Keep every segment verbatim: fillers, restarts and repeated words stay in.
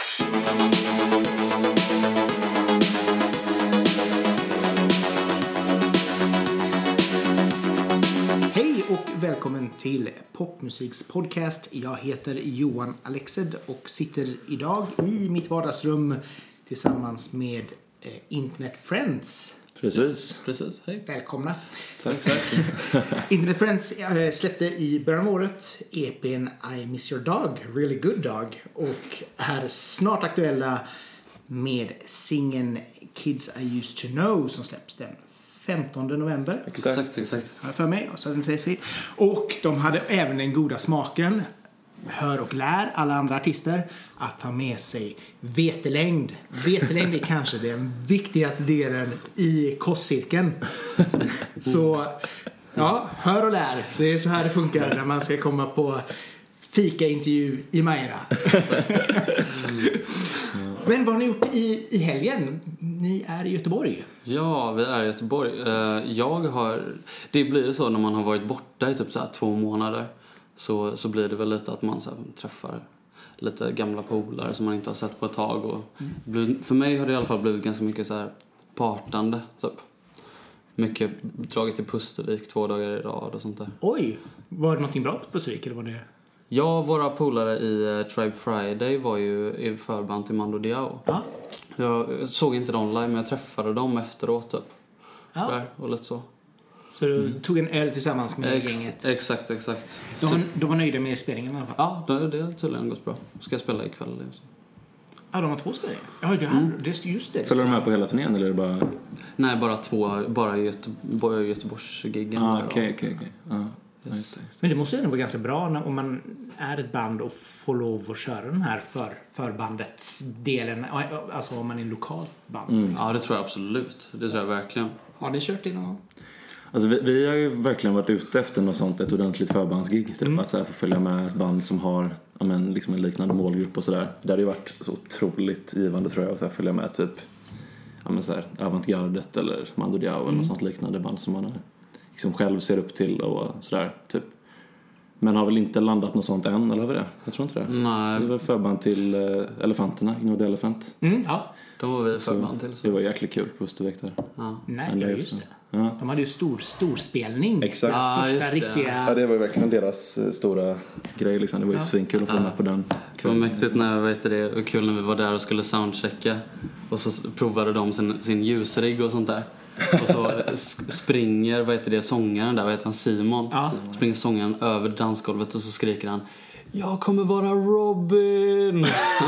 Hej och välkommen till Popmusiks podcast. Jag heter Johan Alexed och sitter idag i mitt vardagsrum tillsammans med eh, Internet Friends. Precis. Precis, hej. Välkomna. Tack, tack. Internet Friends äh, släppte i början av året E P:n I Miss Your Dog, Really Good Dog, och är snart aktuella med singeln Kids I Used To Know som släpps den femtonde november. Exakt, exakt. För mig, så den sägs vi. Och de hade även den goda smaken, hör och lär alla andra artister, att ta med sig vetelängd. Vetelängd är kanske den viktigaste delen i kostcirkeln. Så ja, hör och lär. Så det är så här det funkar när man ska komma på fika-intervju i Majorna. Men vad har ni gjort i, i helgen? Ni är i Göteborg. Ja, vi är i Göteborg. Jag har... Det blir ju så när man har varit borta i typ så här två månader. Så, så blir det väl lite att man så här träffar lite gamla polare som man inte har sett på ett tag. Och mm. För mig har det i alla fall blivit ganska mycket så här partande. Typ. Mycket dragit till Pustervik två dagar i rad och sånt där. Oj, var det någonting bra på Pustervik eller var det... Ja, våra polare i uh, Tribe Friday var ju i förband till Mando Diao. Ja. Jag såg inte dem live, men jag träffade dem efteråt typ. Ja. Där, och lite så. Så du mm. tog en öl tillsammans med Ex- gänget? Exakt, exakt. De var, de var nöjda med spelningen i alla fall? Ja, det, det har tydligen gått bra. Ska jag spela ikväll? Liksom. Ja, de har två spelningar? Ja, det, mm. det, just det. Följer de här på hela turnén eller är det bara... Nej, bara två, bara Göte- Göteborgsgiggen. Ah, okej, okej, okej. Just det, just det. Men det måste ju ändå vara ganska bra när, om man är ett band och får lov att köra den här för, förbandets delen. Alltså om man är en lokalt band. Mm. Ja, det tror jag absolut. Det tror jag verkligen. Har ni kört det någon gång? Alltså vi, vi har ju verkligen varit ute efter något sånt, ett ordentligt förbandsgig. Typ, mm. Att så här, få följa med ett band som har ja, men, liksom en liknande målgrupp och sådär. Det hade ju varit så otroligt givande tror jag att så här, följa med typ ja, men, så här, Avantgardet eller Mando Diao mm. eller något sånt liknande band som man har, liksom, själv ser upp till och sådär typ. Men har väl inte landat något sånt än, eller vad är det? Jag tror inte det. Nej. Det var förband till uh, Elefanterna, Ignore the Elephant. Mm, ja. De var vi förband till. Så. Det var jäkligt kul på Pustervik där. Ja. Nej, just det. Ja. De hade ju stor, stor spelning. Exakt. Ja, första det. riktiga... Ja, det var ju verkligen deras uh, stora grej liksom. Det var ju ja. svinkul att få ja. med på den. Det var mäktigt när, vet det, och kul när vi var där och skulle soundchecka. Och så provade de sin, sin ljusrigg och sånt där. Och så springer, vad heter det, sångaren där, vad heter han, Simon. Ja. Springer sångaren över dansgolvet och så skriker han: jag kommer vara Robin.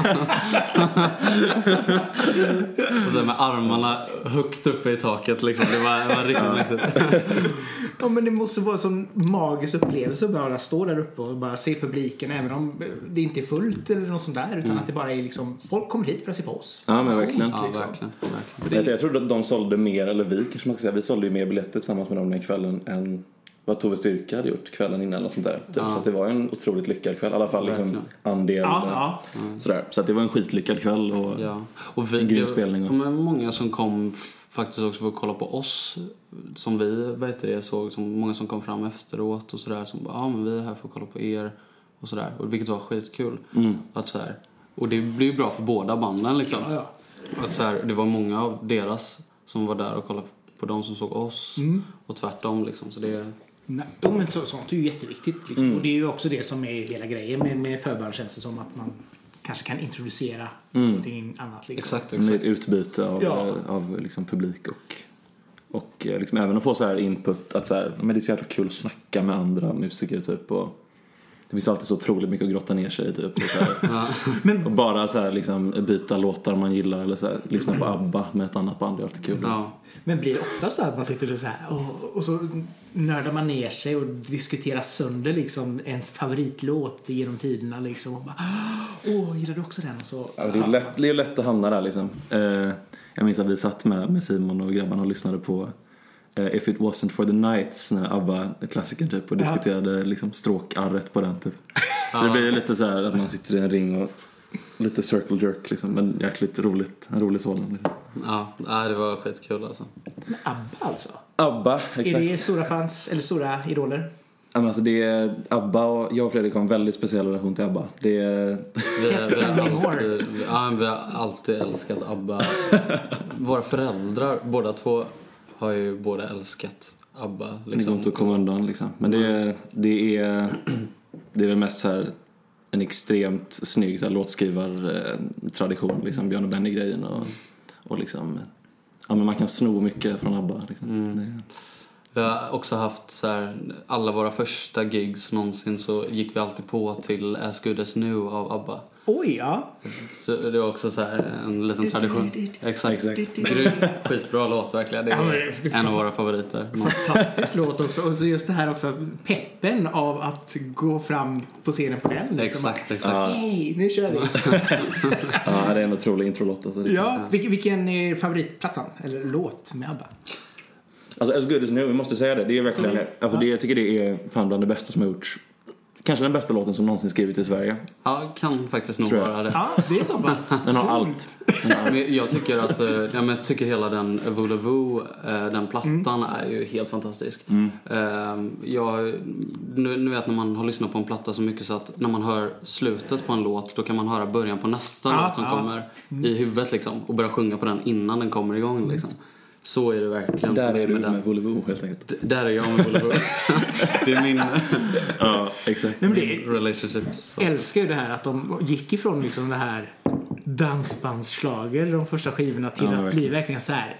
Och så med armarna högt uppe i taket liksom. Det var, det var riktigt mäktigt. Ja, men det måste vara en sån magisk upplevelse att bara stå där uppe och bara se publiken, även om det inte är fullt eller något sånt där, utan mm. att det bara är liksom, folk kommer hit för att se på oss. Ja, men verkligen. Ja, liksom. verkligen, verkligen. Jag, jag tror att de sålde mer, eller vi kanske man ska säga, vi sålde ju mer biljetter tillsammans med dem den kvällen än vad Tove Styrka hade gjort kvällen innan och sånt där. Typ. Ja. Så att det var en otroligt lyckad kväll. I alla fall liksom andel. Ja, ja. Sådär. Så att det var en skitlyckad kväll och, ja. och vi, en grym spelning. Och... Det var många som kom faktiskt också för att kolla på oss. Som vi vet det, såg. Som många som kom fram efteråt och sådär. Som bara, ja men vi är här för att kolla på er. Och sådär. Och vilket var skitkul. Mm. Att så här, och det blir ju bra för båda banden liksom. Ja, ja. Att så här, det var många av deras som var där och kollade på de som såg oss. Mm. Och tvärtom liksom. Så det... Nej, men så, sånt är ju jätteviktigt liksom. Mm. Och det är ju också det som är hela grejen med, med förband, känns det som att man kanske kan introducera mm. någonting annat liksom. Exakt, exakt. Med ett utbyte av, ja. av liksom publik och, och liksom även att få så här input att så här, men det är så jävla kul att snacka med andra musiker typ, och det finns alltid så otroligt mycket att grotta ner sig i typ, och, så här, ja. men, och bara så här, liksom, byta låtar man gillar eller så här, lyssna på ABBA med ett annat band, det är alltid kul. Ja. Men blir det ofta så att man sitter så här och, och så nördar man ner sig och diskuterar sönder liksom ens favoritlåt genom tiderna liksom, och bara, åh, gillar du också den? Och så, ja, det är lätt, det är lätt att hamna där liksom. eh, jag minns att vi satt med, med Simon och grabbarna och lyssnade på uh, If It Wasn't For The Nights, när ABBA-klassiken typ, och diskuterade ja. liksom stråkarret på den typ. Ja. Det blir lite så här att man sitter i en ring och lite circle jerk liksom, men jäkligt roligt, en rolig sådan liksom. Ja, det var skitkul alltså. Men ABBA alltså? ABBA, exakt. Är det stora fans eller stora idoler? Alltså det är ABBA och jag och Fredrik har en väldigt speciell relation till ABBA. Det är... Vi, är, vi, har alltid, ja, vi har alltid älskat ABBA. Våra föräldrar, båda två, har ju båda älskat ABBA. Liksom. Det går inte att komma undan liksom. Men det är, det är, det är väl mest så här en extremt snygg så här, låtskrivartradition. Liksom, Björn och Benny-grejen. Och, och liksom, ja, men man kan sno mycket från ABBA. Liksom. Mm. Det, vi har också haft så här, alla våra första gigs någonsin så gick vi alltid på till As Good As New av ABBA. Oj, ja. Så det var också så här en liten tradition. Exakt. Exakt. Skitbra låt verkligen. Det är, ja, det är en av våra favoriter. Fantastisk låt också. Och så just det här också, peppen av att gå fram på scenen på den. Liksom. Exakt, exakt. Ja. Hej, nu kör vi. Ja, det är en otrolig introlåt. Alltså. Ja, vilken, vilken är favoritplattan? Eller låt med ABBA? Alltså As Good As New, vi måste säga det. Det är verkligen, alltså det, jag tycker det är fan bland det bästa som har gjorts. Kanske den bästa låten som någonsin skrivit i Sverige. Ja, kan faktiskt nog vara det. Ja, det är så pass. Den har allt. Den har allt. Jag tycker att ja, men jag tycker hela den Voulez-vous, den plattan mm. är ju helt fantastisk. Mm. Jag, nu, nu vet när man har lyssnat på en platta så mycket så att när man hör slutet på en låt då kan man höra början på nästa ah, låt som ah. kommer mm. i huvudet liksom, och börja sjunga på den innan den kommer igång liksom. Så är det verkligen. Där är du med, med Voulez-vous helt enkelt. D- där är jag med Voulez-vous. Det är min ja, exakt. Men det, relationships. Jag älskar ju det här att de gick ifrån liksom det här dansbandsslager de första skivorna till ja, att verkligen. bli verkligen så här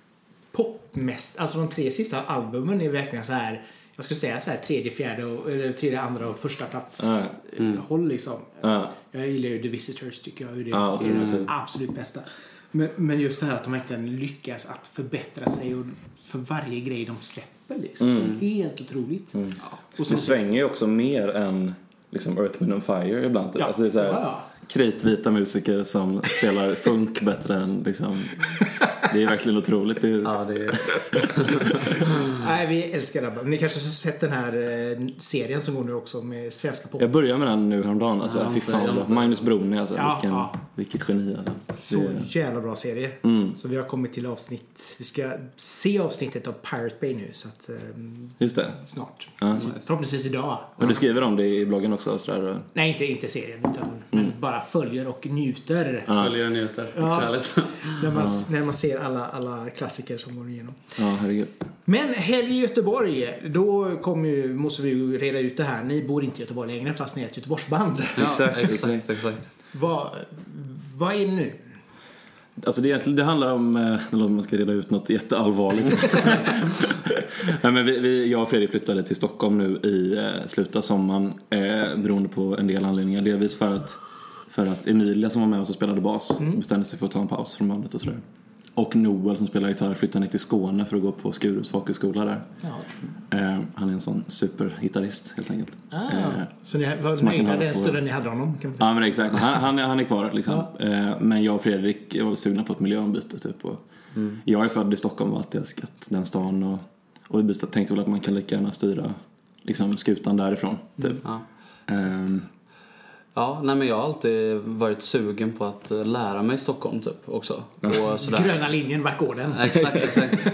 popmest. Alltså de tre sista albumen är verkligen så här, jag skulle säga så här tredje, fjärde och, eller tredje, andra och första plats uh, mm. håll liksom. Uh. Jag gillar ju The Visitors tycker jag. Det är uh, det mm. absolut bästa. Men, men just det här att de verkligen lyckas att förbättra sig och för varje grej de släpper liksom. Mm. Helt otroligt. Mm. Ja. Och så det svänger ju också mer än liksom Earth, Wind and Fire ibland. Ja. Alltså det är så här, ja. kritvita musiker som spelar funk bättre än liksom. Det är verkligen otroligt. Det är... Ja, det är... Nej, vi älskar det. Ni kanske har sett den här eh, serien som går nu också med svenska pop. Jag börjar med den nu häromdagen. Alltså, ja, fy fan. Magnus Broni, alltså. Ja, vilken, ja. vilket geni. Alltså. Så det... jävla bra serie. Mm. Så vi har kommit till avsnitt. Vi ska se avsnittet av Pirate Bay nu. Så att, eh, just det. Snart. Ja. Nice. Förhoppningsvis idag. Men du skriver om det i bloggen också? Så där. Nej, inte, inte serien. Utan mm. bara följer och njuter. Ja. Följer och njuter. Ja. när, man, ja. när man ser alla, alla klassiker som går igenom. Ja, herregud. Men helg i Göteborg, då kommer ju, måste vi ju reda ut det här. Ni bor inte i Göteborg längre fast ni är ett Göteborgsband. Ja, exakt, exakt, exakt. Vad, vad är det nu? Alltså det, det handlar om, eh, om man ska reda ut något jätteallvarligt. Nej, men vi, vi, jag och Fredrik flyttade till Stockholm nu i eh, slutet av sommaren eh, beroende på en del anledningar. Delvis för att, för att Emilia som var med oss och spelade bas mm. bestämde sig för att ta en paus från bandet och sådär. Och Noel som spelar gitarr flyttade ner till Skåne för att gå på Skurups folkhögskola där. Ja. Eh, han är en sån supergitarrist helt enkelt. Ah, eh, så ni var nöjda den stunden ni hade honom? Kan man säga. Ja, men exakt. Han, han, är, han är kvar liksom. Ja. Eh, men jag och Fredrik var sugna på ett miljöombyte typ. Och mm. Jag är född i Stockholm och alltid älskat den stan. Och, och vi tänkte väl att man kan lika gärna styra liksom, skutan därifrån. Typ. Mm. Ja. Eh, Ja, nej men jag har alltid varit sugen på att lära mig Stockholm typ också. Och sådär. Gröna linjen, vart går den? Exakt, exakt. uh,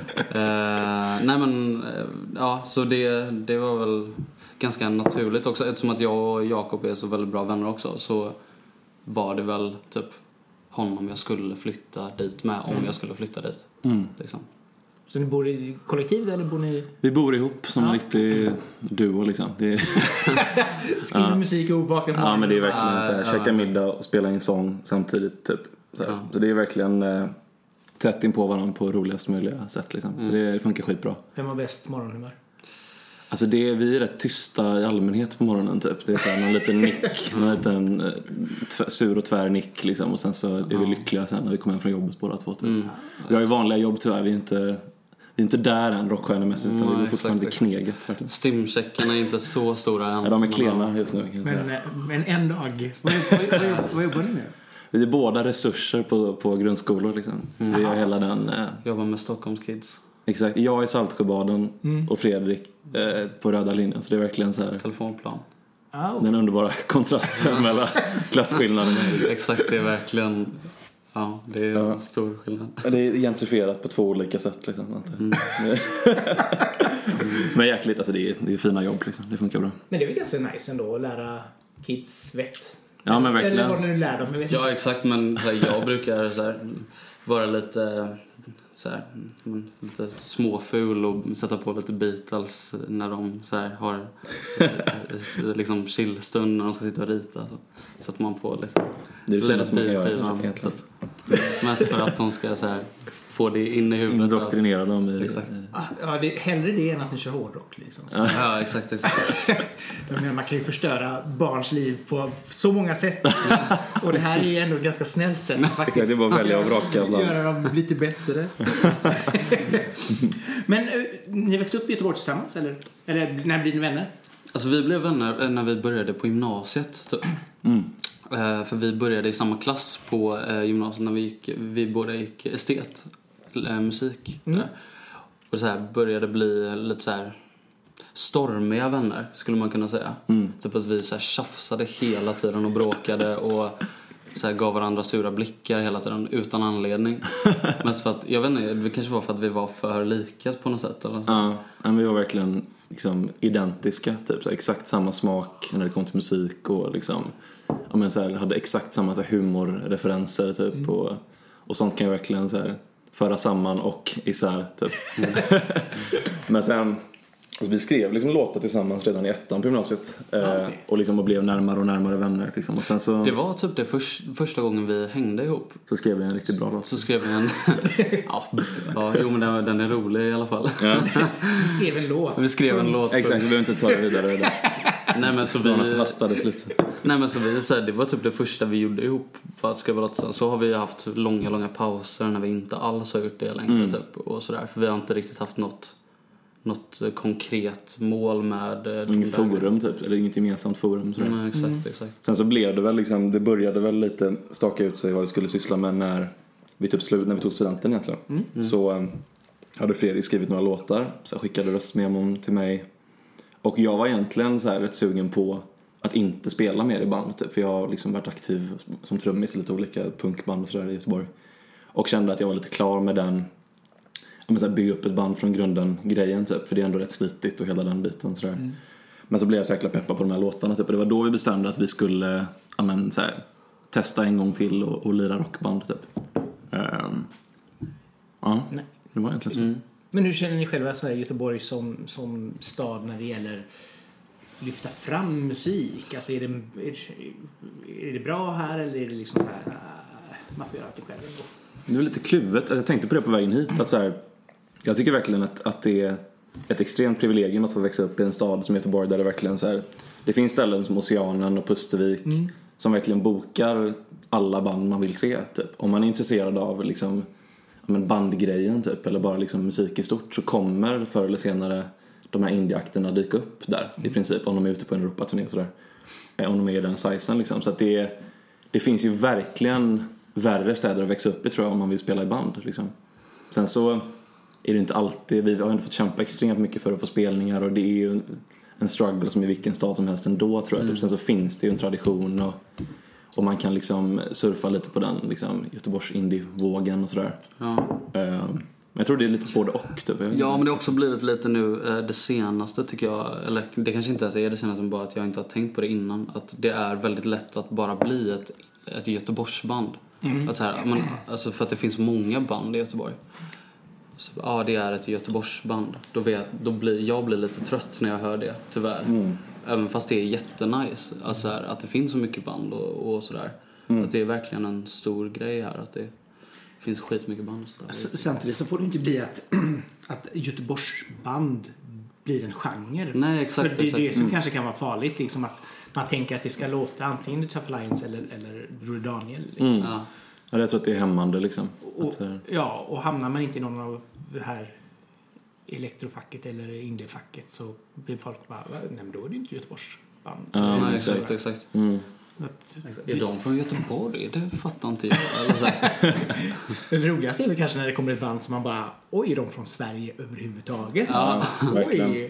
nej men, uh, ja, så det, det var väl ganska naturligt också. Eftersom att jag och Jakob är så väldigt bra vänner också så var det väl typ honom jag skulle flytta dit med om jag skulle flytta dit. Mm. Liksom. Så ni bor i kollektiv eller bor ni... Vi bor ihop som ja. en riktig duo liksom. Det... Skriver ja. musik ihop bakom. Ja, men det är verkligen så här, ja, käka middag och spela in sång samtidigt typ. Så, ja. så det är verkligen eh, tätt in på varandra på roligast möjliga sätt liksom. Mm. Så det, det funkar skitbra. Vem har bäst morgonhumör? Alltså det är, vi är rätt tysta i allmänhet på morgonen typ. Det är så här någon liten nick, någon liten eh, tv- sur och tvär nick liksom. Och sen så är vi ja. lyckliga sen när vi kommer hem från jobbet båda två typ. Mm. Vi har ju vanliga jobb tyvärr, vi är inte... Vi är inte där än rockstjärnemässigt utan mm, vi är fortfarande exakt. kneget verkligen. Stimcheckarna är inte så stora än. Ja, de är klena just nu kan jag men, säga. Men en dag. Vad, vad, vad, vad jobbar ni med? Vi är båda resurser på, på grundskolor liksom. Mm. Vi gör hela den... Eh... Jobbar med Stockholms Kids. Exakt, jag är Saltsjöbaden mm. och Fredrik eh, på röda linjen. Så det är verkligen så här... Telefonplan. Oh. Den underbara kontrasten mellan klasskillnaderna. Exakt, det är verkligen... Ja, det är Ja. en stor skillnad. Det är gentrifierat på två olika sätt liksom. Mm. Men jäkligt, alltså det är, det är fina jobb liksom. Det funkar bra. Men det är väl ganska nice ändå att lära kids vett. Ja, men verkligen. Eller vad du nu lär dem, jag vet Ja, inte. exakt, men så här, jag brukar så här, vara lite så här, lite småful och sätta på lite Beatles när de så här, har liksom chillstund när de ska sitta och rita. Så sätter man på liksom, det är det finaste man kan göra egentligen. Mest för att de ska så här, få det in i huvudet. Indoktrinera dem i... Exakt. Ja, det är hellre det än att ni kör hårdrock liksom. Ja, ja, exakt, exakt. Jag menar, man kan ju förstöra barns liv på så många sätt. Och det här är ändå ett ganska snällt sätt att faktiskt det är bara att välja och vraka ibland. göra dem lite bättre. Men uh, ni växte upp i Göteborg tillsammans eller? Eller när blir ni vänner? Alltså vi blev vänner när vi började på gymnasiet typ. Mm. Uh, för vi började i samma klass på uh, gymnasiet när vi gick, vi båda gick estet, uh, musik. Mm. Där. Och så här började bli lite så här stormiga vänner skulle man kunna säga. Mm. Typ att vi så här tjafsade hela tiden och bråkade och så här gav varandra sura blickar hela tiden utan anledning. Mest för att, jag vet inte, det kanske var för att vi var för lika på något sätt eller så. Ja, men vi var verkligen liksom identiska typ, så exakt samma smak när det kom till musik och liksom ja, men så här, hade exakt samma så här, humorreferenser typ mm. och, och sånt kan ju verkligen så här, föra samman och isär typ. Mm. Men sen alltså, vi skrev liksom låtar tillsammans redan i ettan på gymnasiet eh, okay. och liksom och blev närmare och närmare vänner liksom. Och sen så det var typ det för, första gången vi hängde ihop. Så skrev vi en riktigt bra låt. Så skrev vi en ja, ja, jo men den, den är rolig i alla fall. Ja. Vi skrev en låt. Vi skrev en låt. Exakt, vi behöver inte ta det vidare där. Nej men så vi fastade slut. Nej men så vi så här, det var typ det första vi gjorde ihop för att skriva låtar. Så har vi haft långa långa pauser när vi inte alls har gjort det längre mm. typ och så där för vi har inte riktigt haft något något konkret mål med inget forum typ eller inget gemensamt forum tror jag. Nej, exakt, mm. exakt. Sen så blev det väl liksom det började väl lite staka ut sig vad vi skulle syssla med när vi typ slut när vi tog studenten egentligen. Mm. Mm. Så um, hade Fredrik skrivit några låtar så jag skickade röstmemon till mig. Och jag var egentligen så här rätt sugen på att inte spela mer i band typ, för jag har liksom varit aktiv som trummis i lite olika punkband och så där i Göteborg. Och kände att jag var lite klar med den men så här, bygga upp ett band från grunden grejen typ, för det är ändå rätt slitigt och hela den biten så där. Mm. Men så blev jag så jäkla peppad på de här låtarna typ, och det var då vi bestämde att vi skulle ja, men, så här, testa en gång till och, och lira rockband typ. Um, ja, Nej. det var egentligen så. Mm. Men hur känner ni själva så här, Göteborg som, som stad när det gäller lyfta fram musik? Alltså är det, är, är det bra här eller är det liksom så här uh, man får göra allt själv ändå? Det är lite kluvet. Jag tänkte på det på vägen hit att så här, jag tycker verkligen att, att det är ett extremt privilegium att få växa upp i en stad som Göteborg där det verkligen så här, det finns ställen som Oceanen och Pustervik mm. som verkligen bokar alla band man vill se typ. Om man är intresserad av liksom men bandgrejen typ eller bara liksom musik i stort så kommer förr eller senare de här indieakterna dyka upp där mm. i princip om de är ute på en Europaturné och sådär. Om de är i den sizen liksom. Så att det, det finns ju verkligen värre städer att växa upp i tror jag om man vill spela i band liksom. Sen så är det inte alltid, vi har ändå fått kämpa extremt mycket för att få spelningar och det är ju en struggle som i vilken stad som helst ändå tror jag. Mm. Sen så finns det ju en tradition och, och man kan liksom surfa lite på den liksom Göteborgs indie-vågen och sådär. Ja. Uh, men jag tror det är lite både och typ. Ja, men det har också blivit lite nu det senaste tycker jag, eller det kanske inte ens är det senaste, bara att jag inte har tänkt på det innan, att det är väldigt lätt att bara bli ett, ett Göteborgsband. Mm. Att så här, man, alltså för att det finns många band i Göteborg. Så, ja, det är ett Göteborgsband. Då, vet, då blir jag blir lite trött när jag hör det, tyvärr. Mm. Även fast det är jättenice. Alltså här, att det finns så mycket band och, och sådär. Mm. Att det är verkligen en stor grej här. Att det finns skitmycket band och sådär. S- Samtidigt så får det inte bli att, att Göteborgsband blir en genre. Nej, exakt. För det är exakt. det som mm. kanske kan vara farligt. Liksom att man tänker att det ska låta antingen The Tough Alliance eller, eller Broder Daniel. Liksom. Mm. Ja. Ja, det är så att det är hämmande liksom. Och, att, ja, och hamnar man inte i någon av det här elektrofacket eller indiefacket så blir folk bara, nej men då är det inte Göteborgsband. Ja, nej, exakt, exakt. Mm. Att, är de från Göteborg? Det fattar inte jag. Eller så det roligaste är väl kanske när det kommer ett band som man bara, oj, är de från Sverige överhuvudtaget? Ja, verkligen.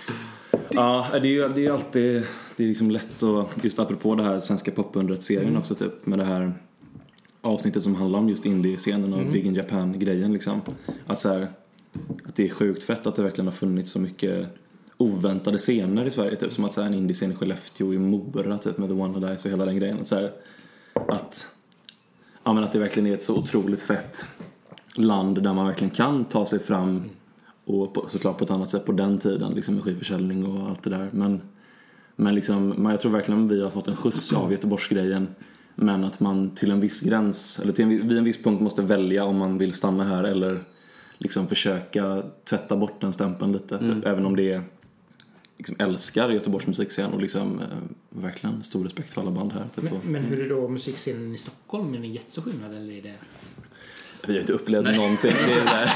Ja, det är ju det är alltid det är liksom lätt att, just apropå det här svenska popundret-serien mm. också typ, med det här avsnittet som handlar om just indie-scenen och mm. Big in Japan-grejen liksom. Att så här, att det är sjukt fett att det verkligen har funnits så mycket oväntade scener i Sverige typ, som att så här, en indie-scen i Skellefteå i Mora typ, med The One Who Dies och hela den grejen. Att, så här, att, ja, men att det verkligen är ett så otroligt fett land där man verkligen kan ta sig fram och på, såklart på ett annat sätt på den tiden liksom, med skivförsäljning och allt det där. Men, men liksom, man, jag tror verkligen att vi har fått en skjuts av Göteborgsgrejen. Men att man till en viss gräns, eller till en, vid en viss punkt måste välja om man vill stanna här eller liksom försöka tvätta bort den stämpeln lite. Mm. Typ, även om det är, liksom, älskar Göteborgs musikscen och liksom, eh, verkligen stor respekt för alla band här. Typ. Men, men hur är då musikscenen i Stockholm? Är det jättestor skillnad eller är det... Vi har inte upplevt Nej. någonting. Det är där.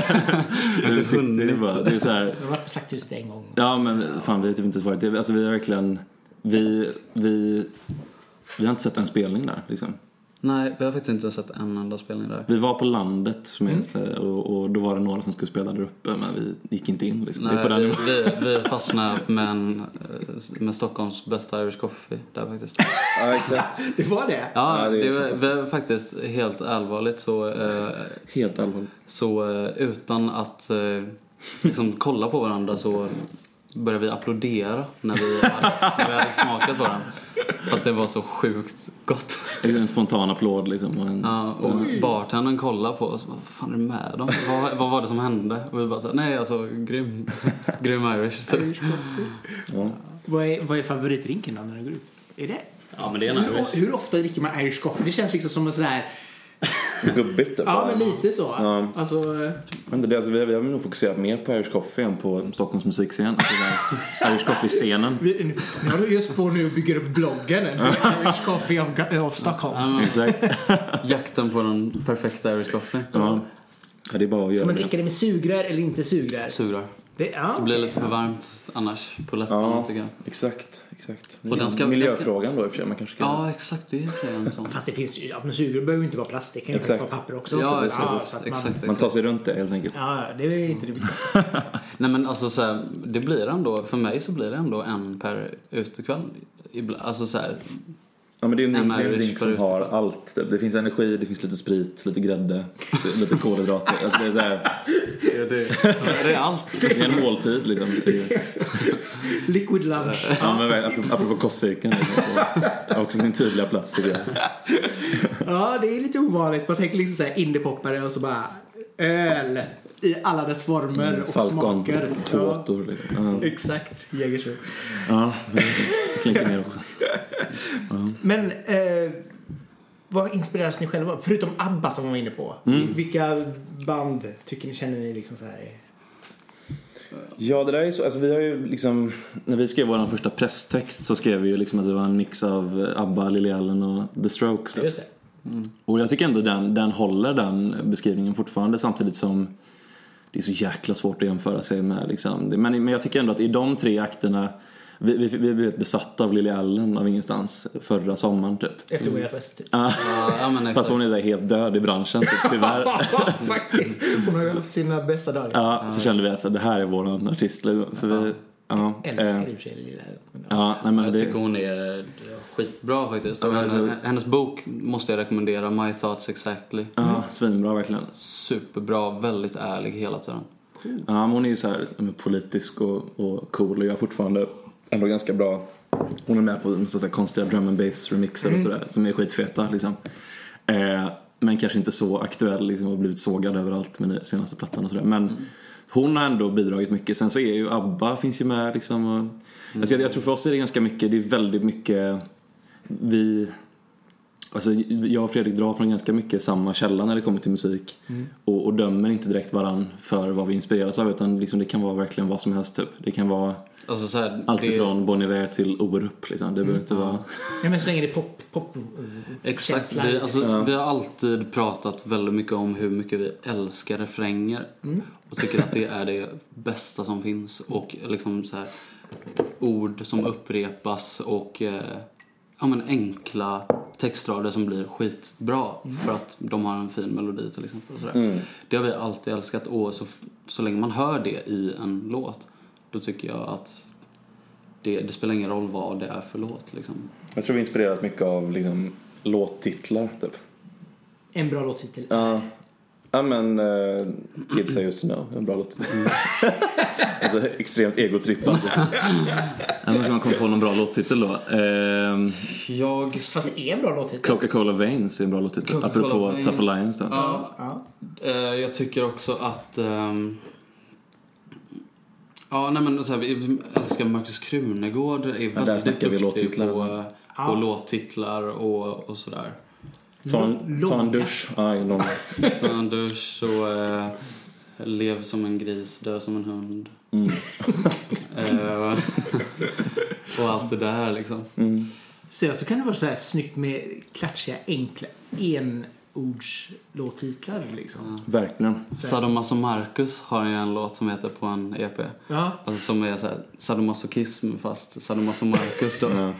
det, är bara, det är så här. Jag har varit på Slakthuset en gång. Ja, men fan, vi har typ inte varit det. Alltså vi har verkligen vi vi vi har inte sett en spelning där liksom. Nej, vi har faktiskt inte sett en enda spelning där. Vi var på landet som mm. det, och, och då var det några som skulle spela där uppe, men vi gick inte in liksom. Nej, det på vi, den vi, vi fastnade med, en, med Stockholms bästa Irish coffee där faktiskt. Ja, exakt. Det var det? Ja, ja det, det var, var faktiskt helt allvarligt så... Eh, helt allvarligt. Så eh, utan att eh, liksom kolla på varandra så började vi applådera när vi hade, när vi hade smakat på den. För att det var så sjukt gott. En spontan applåd liksom. Och en, ja, och bartendern kollade på oss. Vad fan är det med dem? Vad, vad var det som hände? Och vi bara så nej alltså, grym. Grym Irish. Irish ja. Vad är, vad är favoritdrinken då när den går ut? Är det? Ja, men det är en Irish. Hur, hur ofta dricker man Irish coffee? Det känns liksom som en sådär... gubbigt. Ja, men lite så. Ja. Alltså... Men det, alltså, vi, har, vi har nog fokuserat mer på Irish coffee än på Stockholms musikscen. Alltså, Irish coffee-scenen. Vi har du just på nu och bygger upp bloggen. Irish coffee of, of Stockholm. Ja, exakt. Jakten på den perfekta Irish coffee. Ja. Ja, det är bara att så man dricker det med sugrör eller inte sugrör? Sugrör. Det, ja, det blir lite för varmt annars på läpparna, ja, tycker jag. Exakt, exakt. Och den ska, miljöfrågan då i och för sig, man kanske kan... Ja, exakt, det är det. Fast det finns ju, ja, men sugrör behöver ju inte vara plast, det kan ju vara papper också. Ja, exakt, ja, exakt, man, exakt. Man tar sig runt det helt enkelt. Ja, det är inte det. Nej, men alltså så här, det blir ändå, för mig så blir det ändå en per utekväll. Alltså så här... Ja, men det är en, en drink som har allt. Det finns energi, det finns lite sprit, lite grädde, lite kolhydrater. Alltså det är så här... ja, det, det är allt. Det är en måltid liksom. Liquid lunch. Ja, men apropå, apropå kostcirkeln och också sin tydliga plats tycker jag. Ja, det är lite ovanligt. Man tänker liksom så här indie-poppare och så bara öl i alla dess former mm, och Falcon, smaker. Tåtor, liksom. Ja. Exakt, Jägersjö. Ja, slinker ner också. Ja. Men eh, vad inspireras ni själva? Förutom ABBA som man var inne på. Mm. Vilka band tycker ni, känner ni liksom så här? Ja, det där är så, alltså vi har ju liksom, när vi skrev vår första presstext så skrev vi ju liksom att det var en mix av ABBA, Lily Allen och The Strokes. Just det. Mm. Och jag tycker ändå den, den håller den beskrivningen fortfarande, samtidigt som det är så jäkla svårt att jämföra sig med liksom. men, men jag tycker ändå att i de tre akterna vi, vi, vi blev besatta av Lily Allen av ingenstans förra sommaren typ. Efter Way Out West typ. Ja, ja, men fast hon är där helt död i branschen typ, tyvärr. Faktiskt, hon har ju haft sina bästa dagar. Ja, så kände vi att det här är våran artist så vi, ja, älskar ju sig Lily Allen. Ja, nej, men jag det... tycker hon är skitbra faktiskt. Ja, alltså... Hennes bok måste jag rekommendera, My Thoughts Exactly. Ja, mm. Svinbra verkligen. Superbra, väldigt ärlig hela tiden. Cool. Ja, men hon är ju så här politisk och, och cool och jag fortfarande ändå ganska bra. Hon är med på så att säga, konstiga drum and bass remixer mm. och sådär som är skitfeta liksom. Eh, men kanske inte så aktuell liksom, och blivit sågad överallt med den senaste plattan och sådär. Men mm. hon har ändå bidragit mycket. Sen så är ju ABBA finns ju med liksom. Och, mm. alltså, jag, jag tror för oss är det ganska mycket, det är väldigt mycket vi... Alltså, jag och Fredrik drar från ganska mycket samma källa när det kommer till musik mm. och, och dömer inte direkt varann för vad vi inspireras av, utan liksom, det kan vara verkligen vad som helst typ. Det kan vara alltså, så här, allt det... ifrån Bon Iver till Orup liksom. Det mm. behöver inte vara... Ja, men så länge det är pop, pop exakt, vi, alltså, ja. vi har alltid pratat väldigt mycket om hur mycket vi älskar refränger mm. och tycker att det är det bästa som finns och liksom så här ord som upprepas och eh, ja, men enkla textrader som blir skitbra mm. för att de har en fin melodi till exempel och sådär. Mm. Det har vi alltid älskat och så, så länge man hör det i en låt då tycker jag att det, det spelar ingen roll vad det är för låt liksom. Jag tror vi inspirerat mycket av liksom, låttitlar typ. En bra låttitel. Ja. Ja men uh, Kids Say Used To Know, en bra låt. Alltså, extremt egotrippad. Ja, men ska man komma på någon bra låttitel då? Uh, jag... Fast det är en bra låttitel. Coca-Cola Veins är en bra låttitel. Apropå Veins. Tough Alliance då. Ja, ja. Uh, jag tycker också att... Um... Ja, nej men så här, vi älskar Marcus Krunegård. Är ja, väldigt duktig på, på, ja. på låttitlar och, och sådär. Ta en, ta en dusch. Aj, lång. Ta en dusch och äh, lev som en gris, dö som en hund. Mm. uh, och allt det där liksom. Mm. Sen så kan det vara så här snyggt med klatschiga, enkla enordslåttitlar liksom. Ja. Verkligen. Sadomaso Marcus har ju en låt som heter på en E P. Ja. Alltså som är så här sadomasochism fast Sadomaso Marcus då. Ja.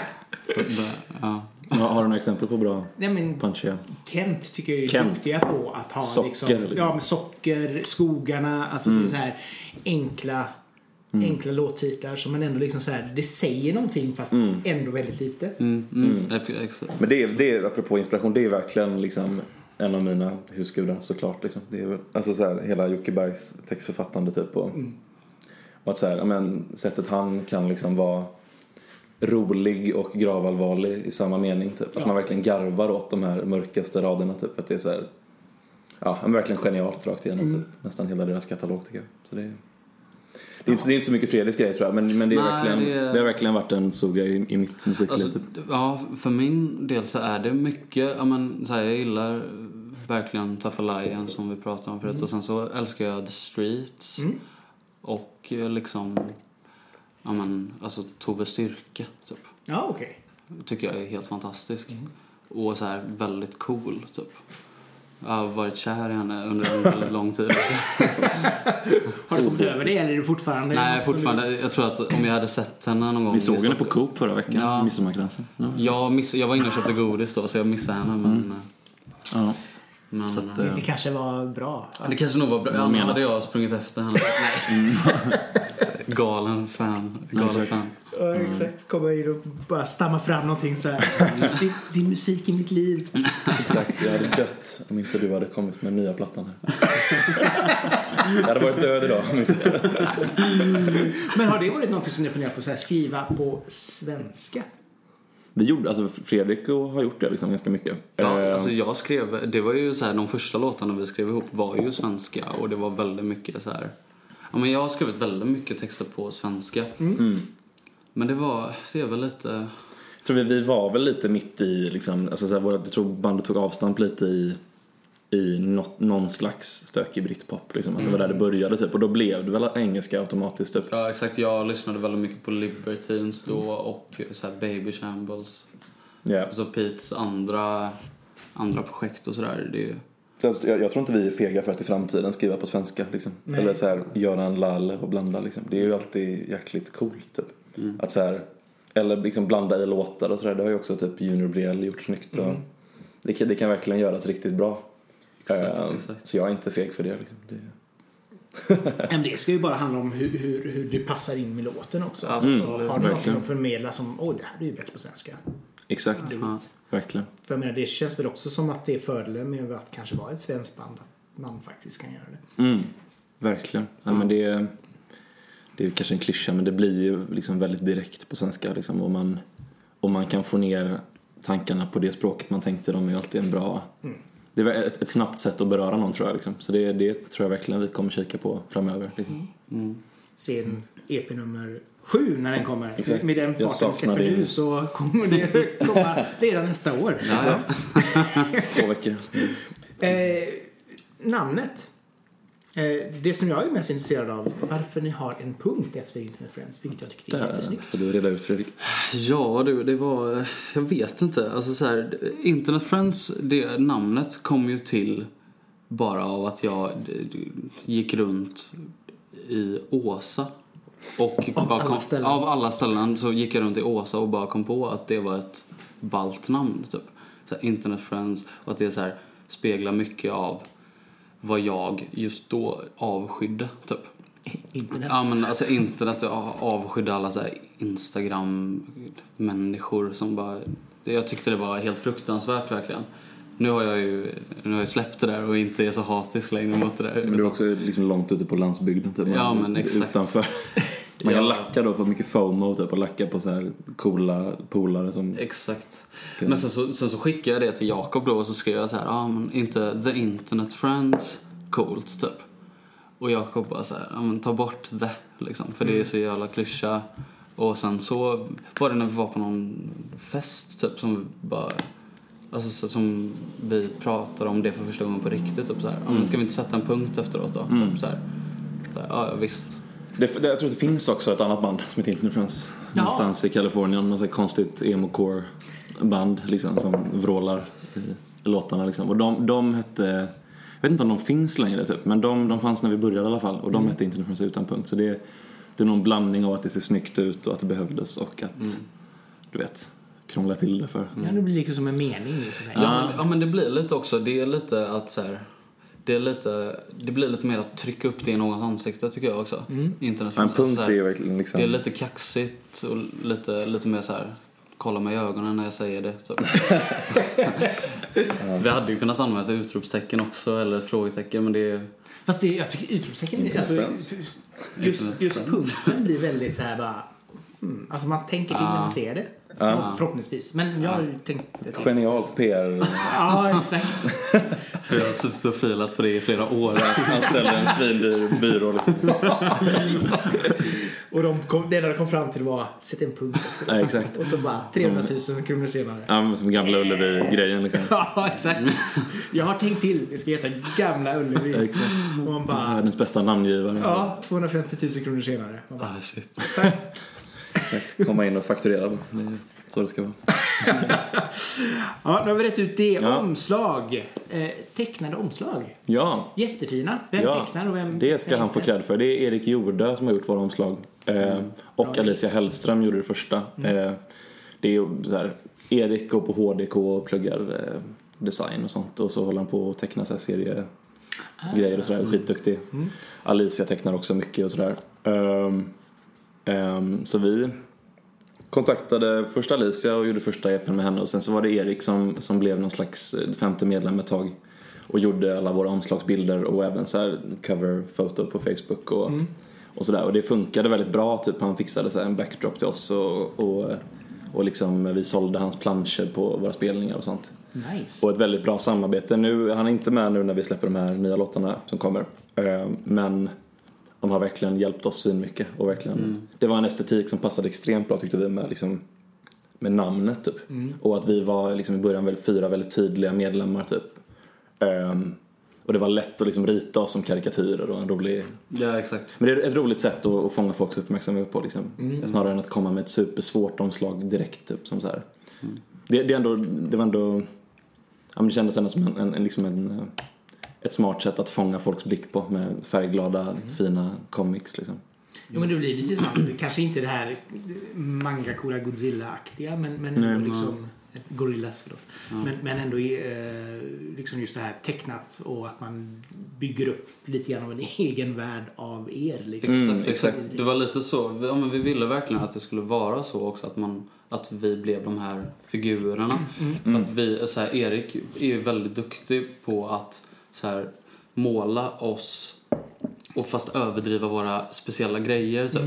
Ja. Ja, har du några exempel på bra Nej, men punchiga? Kent tycker jag är Kent. duktiga på att ha socker, liksom, liksom. Ja, med socker, skogarna, alltså mm. så här enkla mm. enkla låttitlar som man ändå liksom så här, det säger någonting fast mm. ändå väldigt lite. Mm. Mm. Mm. Men det är, det är, apropå inspiration, det är verkligen liksom en av mina husgudar såklart liksom. Det är alltså så här hela Jocke Bergs textförfattande typ och, mm. och att så här, men sättet han kan liksom vara rolig och gravallvarlig i samma mening typ. Att ja. man verkligen garvar åt de här mörkaste raderna typ. Att det är så här, ja, men verkligen genialt rakt igenom mm. typ. Nästan hela deras katalog tycker jag. Så det är, det är, inte, det är inte så mycket Fredriks grejer tror jag. Men, men det, är Nej, verkligen, det, är... det har verkligen varit en soga i, i mitt musikliv alltså, typ. Ja, för min del så är det mycket, ja, men, så här, jag gillar verkligen Tough Alliance som vi pratade om förut. Mm. Och sen så älskar jag The Streets. Mm. Och liksom... Ja, men, alltså Tove Styrke typ. Ja, okej. Okay. Tycker jag är helt fantastisk. Mm. Och så här väldigt cool typ. Jag har varit kär i henne under en väldigt lång tid. Har du kommit över det eller är du fortfarande? Nej, fortfarande. Jag tror att om jag hade sett henne någon gång. Vi såg henne på Coop förra veckan. Ja. Midsommarkransen. Ja. Jag, miss, jag var inne och köpte godis då så jag missade henne. Men, mm. ja. Men, så att, det, det kanske var bra. Det kanske nog var bra. Ja, annars hade jag sprungit efter henne. Nej. Galen fan. Galen fan. Ja, exakt. Kommer in och bara stamma fram någonting så här. Det, det är musik i mitt liv. Exakt. Jag hade dött om inte du hade kommit med nya plattan här. Jag hade varit död idag. Men har det varit något som ni funderar på så här, skriva på svenska? Det gjorde, alltså Fredrik har gjort det liksom ganska mycket. Ja, alltså jag skrev, det var ju så här, de första låtarna vi skrev ihop var ju svenska och det var väldigt mycket så här. Ja, men jag har skrivit väldigt mycket texter på svenska. Mm. Men det var, det är väl lite... Jag tror vi, vi var väl lite mitt i, liksom, alltså så här, våra, jag tror bandet tog avstamp lite i, i något, någon slags stökig britpop. Liksom, att det var där det började typ. Och då blev det väl engelska automatiskt typ. Ja, exakt. Jag lyssnade väldigt mycket på Libertines då och så här Baby Shambles. Yeah. Och så Petes andra, andra projekt och sådär. Det är... Så jag, jag tror inte vi är fega för att i framtiden skriva på svenska liksom. Eller så här göra en lall och blanda liksom. Det är ju alltid jäkligt coolt typ. Mm. Att så här, eller liksom blanda i låtar och sådär. Det har ju också typ Junior Brielle gjort snyggt och mm. det, kan, det kan verkligen göras riktigt bra. Exakt, uh, exakt. Så jag är inte feg för det liksom. Det... Men det ska ju bara handla om hur, hur, hur det passar in med låten också. Mm. Alltså, har du någonting att förmedla som, åh, det här är ju bättre på svenska. Exakt, ja, verkligen. För jag menar, det känns väl också som att det är fördelen med att kanske vara ett svenskt band, att man faktiskt kan göra det. Mm. Verkligen. Ja, men det är, det är kanske en klyscha, men det blir ju liksom väldigt direkt på svenska liksom, och man, och man kan få ner tankarna på det språket man tänkte, de är alltid en bra... Mm. Det är ett, ett snabbt sätt att beröra någon tror jag liksom. Så det, det tror jag verkligen vi kommer kika på framöver liksom. Mm. Sen E P nummer sju när den kommer. Exakt. Med den farten vi släpper nu så kommer det komma redan nästa år. Ja. Två veckor. Eh, namnet. Eh, det som jag är mest intresserad av, varför ni har en punkt efter Internet Friends, vilket jag tycker är jättesnyggt. Får du reda ut, Fredrik? Ja, du, det var, jag vet inte. Alltså så här, Internet Friends, det namnet kom ju till bara av att jag gick runt i Åsa. Och av, bara kom, alla ställen. av alla ställen så gick jag runt i Åsa och bara kom på att det var ett ballt namn typ. Så här, Internet Friends, och att det så här, speglar mycket av vad jag just då avskydde typ. Internet. Ja, men alltså internet, jag avskydde alla så här Instagram människor som bara, jag tyckte det var helt fruktansvärt verkligen. Nu har jag ju nu har jag släppt det där och inte är så hatisk längre mot det där. Men du är också liksom långt ute på landsbygden typ. Ja, men exakt. Utanför. Man kan Ja. lacka då för mycket FOMO typ, och lacka på så här coola polare som... Exakt. Men sen så, sen så skickade jag det till Jakob då och så skrev jag så här, ja ah, men inte the internet friends, coolt typ. Och Jakob bara så här, ja men ta bort the liksom, för mm. det är så jävla klyscha. Och sen så var det när vi var på någon fest typ som bara, alltså så, som vi pratade om det för första gången på riktigt typ så här, ja men ska vi inte sätta en punkt efteråt då? Mm. Typ så här. Så här, ja, ja visst. Det, det, jag tror att det finns också ett annat band som heter Internet Friends. Ja. Någonstans i Kalifornien. Något så konstigt emo-core band liksom, som vrålar i låtarna. Liksom. Och de, de hette... Jag vet inte om de finns längre typ. Men de, de fanns när vi började i alla fall. Och de mm. hette Internet Friends utan punkt. Så det, det är någon blandning av att det ser snyggt ut och att det behövdes. Och att, mm. du vet, krångla till det för... Mm. Ja, det blir liksom som en mening. Liksom. Ja, ja. Men, ja, men det blir lite också... Det är lite att så här... Det, är lite, det blir lite mer att trycka upp det i någons ansikte tycker jag också. Mm. Internet, en punkt alltså, är verkligen liksom... Det är lite kaxigt och lite, lite mer så här, kolla mig i ögonen när jag säger det. Så. Vi hade ju kunnat använda utropstecken också eller frågetecken, men det är... Fast det, jag tycker utropstecken är alltså, just, just punkten blir väldigt så här bara... Mm, alltså man tänker till ah. när man ser det. Ah. Förhoppningsvis. Men jag har ju tänkt... Genialt P R. Ja, exakt. Så jag har suttit och filat på det i flera år. Han ställde en svindyr byrå liksom. Och de kom, det där de kom fram till var sätt en punkt. Ja, exakt. Och så bara trehundratusen kronor senare. Ja, som gamla Ullevi-grejen liksom. Ja, exakt. Jag har tänkt till. Det ska heta gamla Ullevi. Ja, exakt. Och man bara... Världens bästa namngivare. Ja, tvåhundrafemtiotusen kronor senare. Man bara, ah, shit. Exakt. Komma in och fakturera. Det är så det ska vara. Ja, nu har vi rätt ut det. Ja. Omslag. Eh, tecknade omslag. Ja. Jättefina. Vem ja. tecknar och vem... Det ska han få cred för. Det är Erik Jordö som har gjort våra omslag. Eh, mm. Och ja, Alicia Hellström gjorde det första. Mm. Eh, det är ju så här... Erik går på H D K och pluggar eh, design och sånt. Och så håller han på att teckna så här serie... Ah. grejer och sådär. Skitduktig. Mm. Alicia tecknar också mycket och sådär. Um, um, så vi... kontaktade först Alicia och gjorde första E P:n med henne. Och sen så var det Erik som, som blev någon slags femte medlem ett tag. Och gjorde alla våra omslagsbilder och även så här coverfoto på Facebook och, mm. och sådär. Och det funkade väldigt bra. Typ han fixade så här en backdrop till oss. Och, och, och liksom vi sålde hans planscher på våra spelningar och sånt. Nice. Och ett väldigt bra samarbete. Nu, han är inte med nu när vi släpper de här nya låtarna som kommer. Men... de har verkligen hjälpt oss så mycket och verkligen mm. det var en estetik som passade extremt bra tyckte vi med liksom med namnet typ. Mm. Och att vi var liksom i början väldigt fyra väldigt tydliga medlemmar typ. Um, och det var lätt att liksom rita oss som karikatyrer och en rolig... Ja, exakt. Men det är ett roligt sätt att, att fånga folks uppmärksamhet på liksom. Mm. Snarare än att komma med ett supersvårt omslag direkt typ som så här. Mm. Det, det är ändå det var ändå ja, men det kändes ändå som en, en, en liksom en ett smart sätt att fånga folks blick på med färgglada, mm. fina comics liksom. Jo, men det blir lite sant. Kanske inte det här manga coola Godzilla-aktiga, men, men mm. liksom Gorillas förlåt. Mm. Men, men ändå eh, liksom just det här tecknat och att man bygger upp lite grann av en egen värld av er liksom. Mm, exakt. Det var lite så. Ja, men vi ville verkligen att det skulle vara så också att man att vi blev de här figurerna. Mm. Mm. För att vi så här, Erik är ju väldigt duktig på att så här, måla oss och fast överdriva våra speciella grejer typ.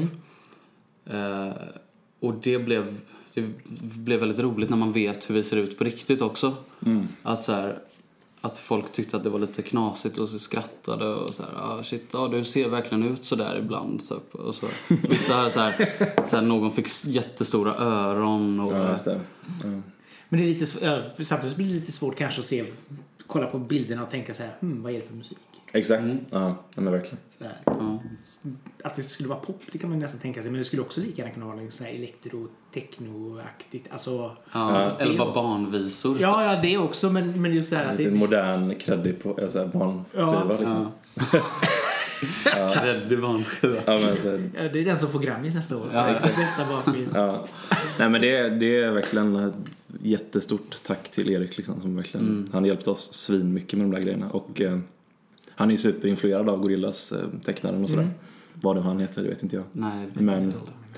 Mm. Eh, och det blev det blev väldigt roligt när man vet hur vi ser ut på riktigt också. Mm. Att så här, att folk tyckte att det var lite knasigt och så skrattade och så här, ah shit, ja du ser verkligen ut så där ibland typ. Och så vissa så här, så här någon fick jättestora öron och ja, just det. Mm. Men det är lite samtidigt blir det lite svårt kanske att se kolla på bilderna och tänka så här, hmm, vad är det för musik? Exakt, mm. ja, men verkligen. Så här, ja. Att det skulle vara pop, det kan man nästan tänka sig. Men det skulle också lika gärna kunna vara något sån här elektro-techno-aktigt. Alltså, ja, eller bara barnvisor. Ja, ja, det också. Men, men just det här att det är det... modern, kreddig på, alltså, barnskiva ja. liksom. Ja. Kreddig barnskiva. Ja, men så... ja, det är den som får Grammis nästa år. Ja, exakt. Bästa barnskiva. Ja. Nej, men det, det är verkligen ett jättestort tack till Erik liksom, som verkligen, mm. han hjälpte oss svin mycket med de där grejerna. Och eh, han är superinfluerad av Gorillas eh, tecknaren och sådär. Mm. Vad det han heter, det vet inte jag. Nej, vet men, inte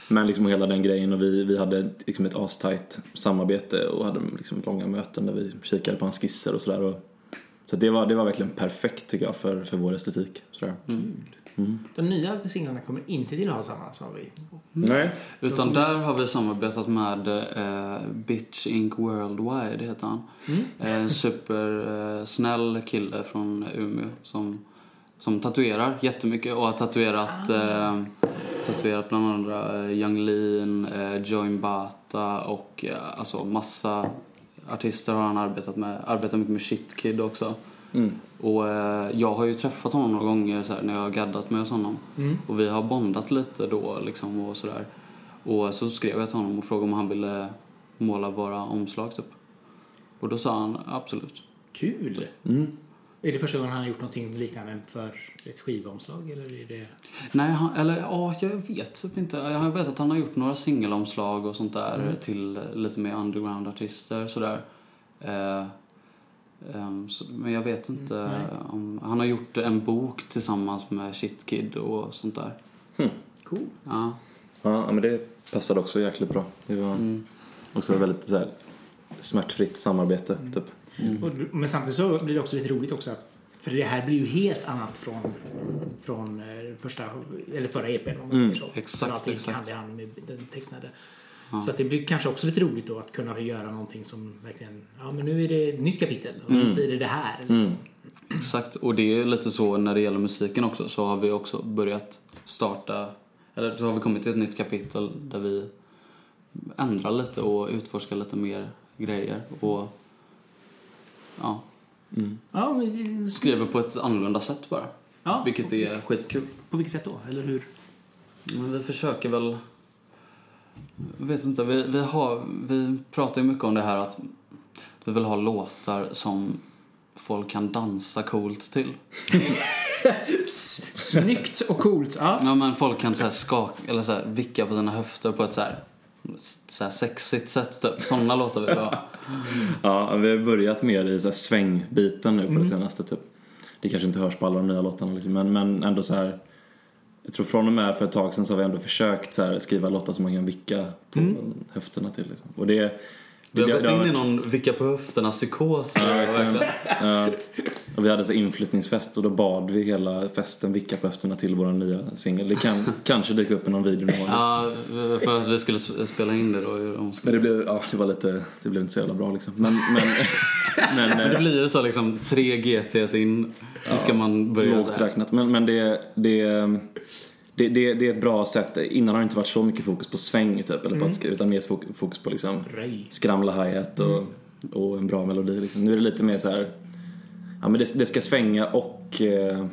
Men liksom hela den grejen, och vi, vi hade liksom ett astajt samarbete och hade liksom långa möten där vi kikade på hans skisser och sådär. Och, så det var, det var verkligen perfekt tycker jag för, för vår estetik. Sådär. Mm. Mm. De nya singlarna kommer inte till att ha samma, sa vi. Mm. Nej. Utan där har vi samarbetat med eh, Bitch Inc Worldwide heter han. Mm. En eh, supersnäll eh, kille från Umeå som, som tatuerar jättemycket och har tatuerat, ah. eh, tatuerat bland andra eh, Young Lean, eh, Join Bata och eh, alltså massa artister har han arbetat med. Arbetar mycket med Shit Kid också. Mm. Och eh, jag har ju träffat honom några gånger så här, när jag har gaddat med hos honom. Mm. Och vi har bondat lite då liksom och sådär. Och så skrev jag till honom och frågade om han ville måla våra omslag typ. Och då sa han absolut. Kul! Mm. Är det första gången han har gjort någonting liknande för ett skivomslag eller är det... Nej, han, eller ja, jag vet typ inte. Jag vet att han har gjort några singelomslag och sånt där mm. till lite mer underground-artister sådär. Eh, Um, så, men jag vet inte mm, om, han har gjort en bok tillsammans med Shit Kid och sånt där. Hmm. Cool. Ja. Ja, men det passade också jäkligt bra. Det var mm. också väldigt så här, smärtfritt samarbete mm. typ. Mm. Och, men samtidigt så blir det också lite roligt också att, för det här blir ju helt annat från från första eller förra E P:n om man säger så. Mm. Exakt, allting exakt. hand i hand med den tecknade. Ja. Så att det blir kanske också lite roligt då att kunna göra någonting som verkligen, ja men nu är det ett nytt kapitel och mm. så blir det det här. Liksom. Mm. Exakt, och det är lite så när det gäller musiken också, så har vi också börjat starta, eller så har vi kommit till ett nytt kapitel där vi ändrar lite och utforskar lite mer grejer och ja, mm. ja men... skriver på ett annorlunda sätt bara, ja. Vilket är skitkul. På vilket sätt då, eller hur? Men vi försöker väl, jag vet inte, vi, vi, har, vi pratar ju mycket om det här att vi vill ha låtar som folk kan dansa coolt till. Snyggt och coolt, ja. Ja, men folk kan så här skaka eller så här vicka på sina höfter på ett så här, så här sexigt sätt. Sådana låtar vi vill ha. Ja, vi har börjat mer i så här svängbiten nu på mm. det senaste typ. Det kanske inte hörs på alla de nya låtarna liksom, men, men ändå så här. Jag tror från och med för ett tag sedan så har vi ändå försökt så här, skriva låtar som man kan vicka på mm. höfterna till liksom. Och det, vi har gått in i någon vicka på höfterna psykos. Ja, verkligen. Ja. Och vi hade så inflyttningsfest och då bad vi hela festen vicka på höfterna till vår nya singel. Det kan kanske dyka upp i någon video någon. Ja, för att vi skulle spela in det då. Men det blev, ja, det var lite, det blev inte så jävla bra liksom. Men, men, men, men det blir ju så liksom tre G T:s in. Så ska man börja lågt räknat. Men, men det, det, det, det, det är ett bra sätt. Innan har det inte varit så mycket fokus på sväng typ, eller på mm. att, utan mer fokus på liksom skramla hi-hat och, mm. och en bra melodi liksom. Nu är det lite mer så här, ja men det, det ska svänga och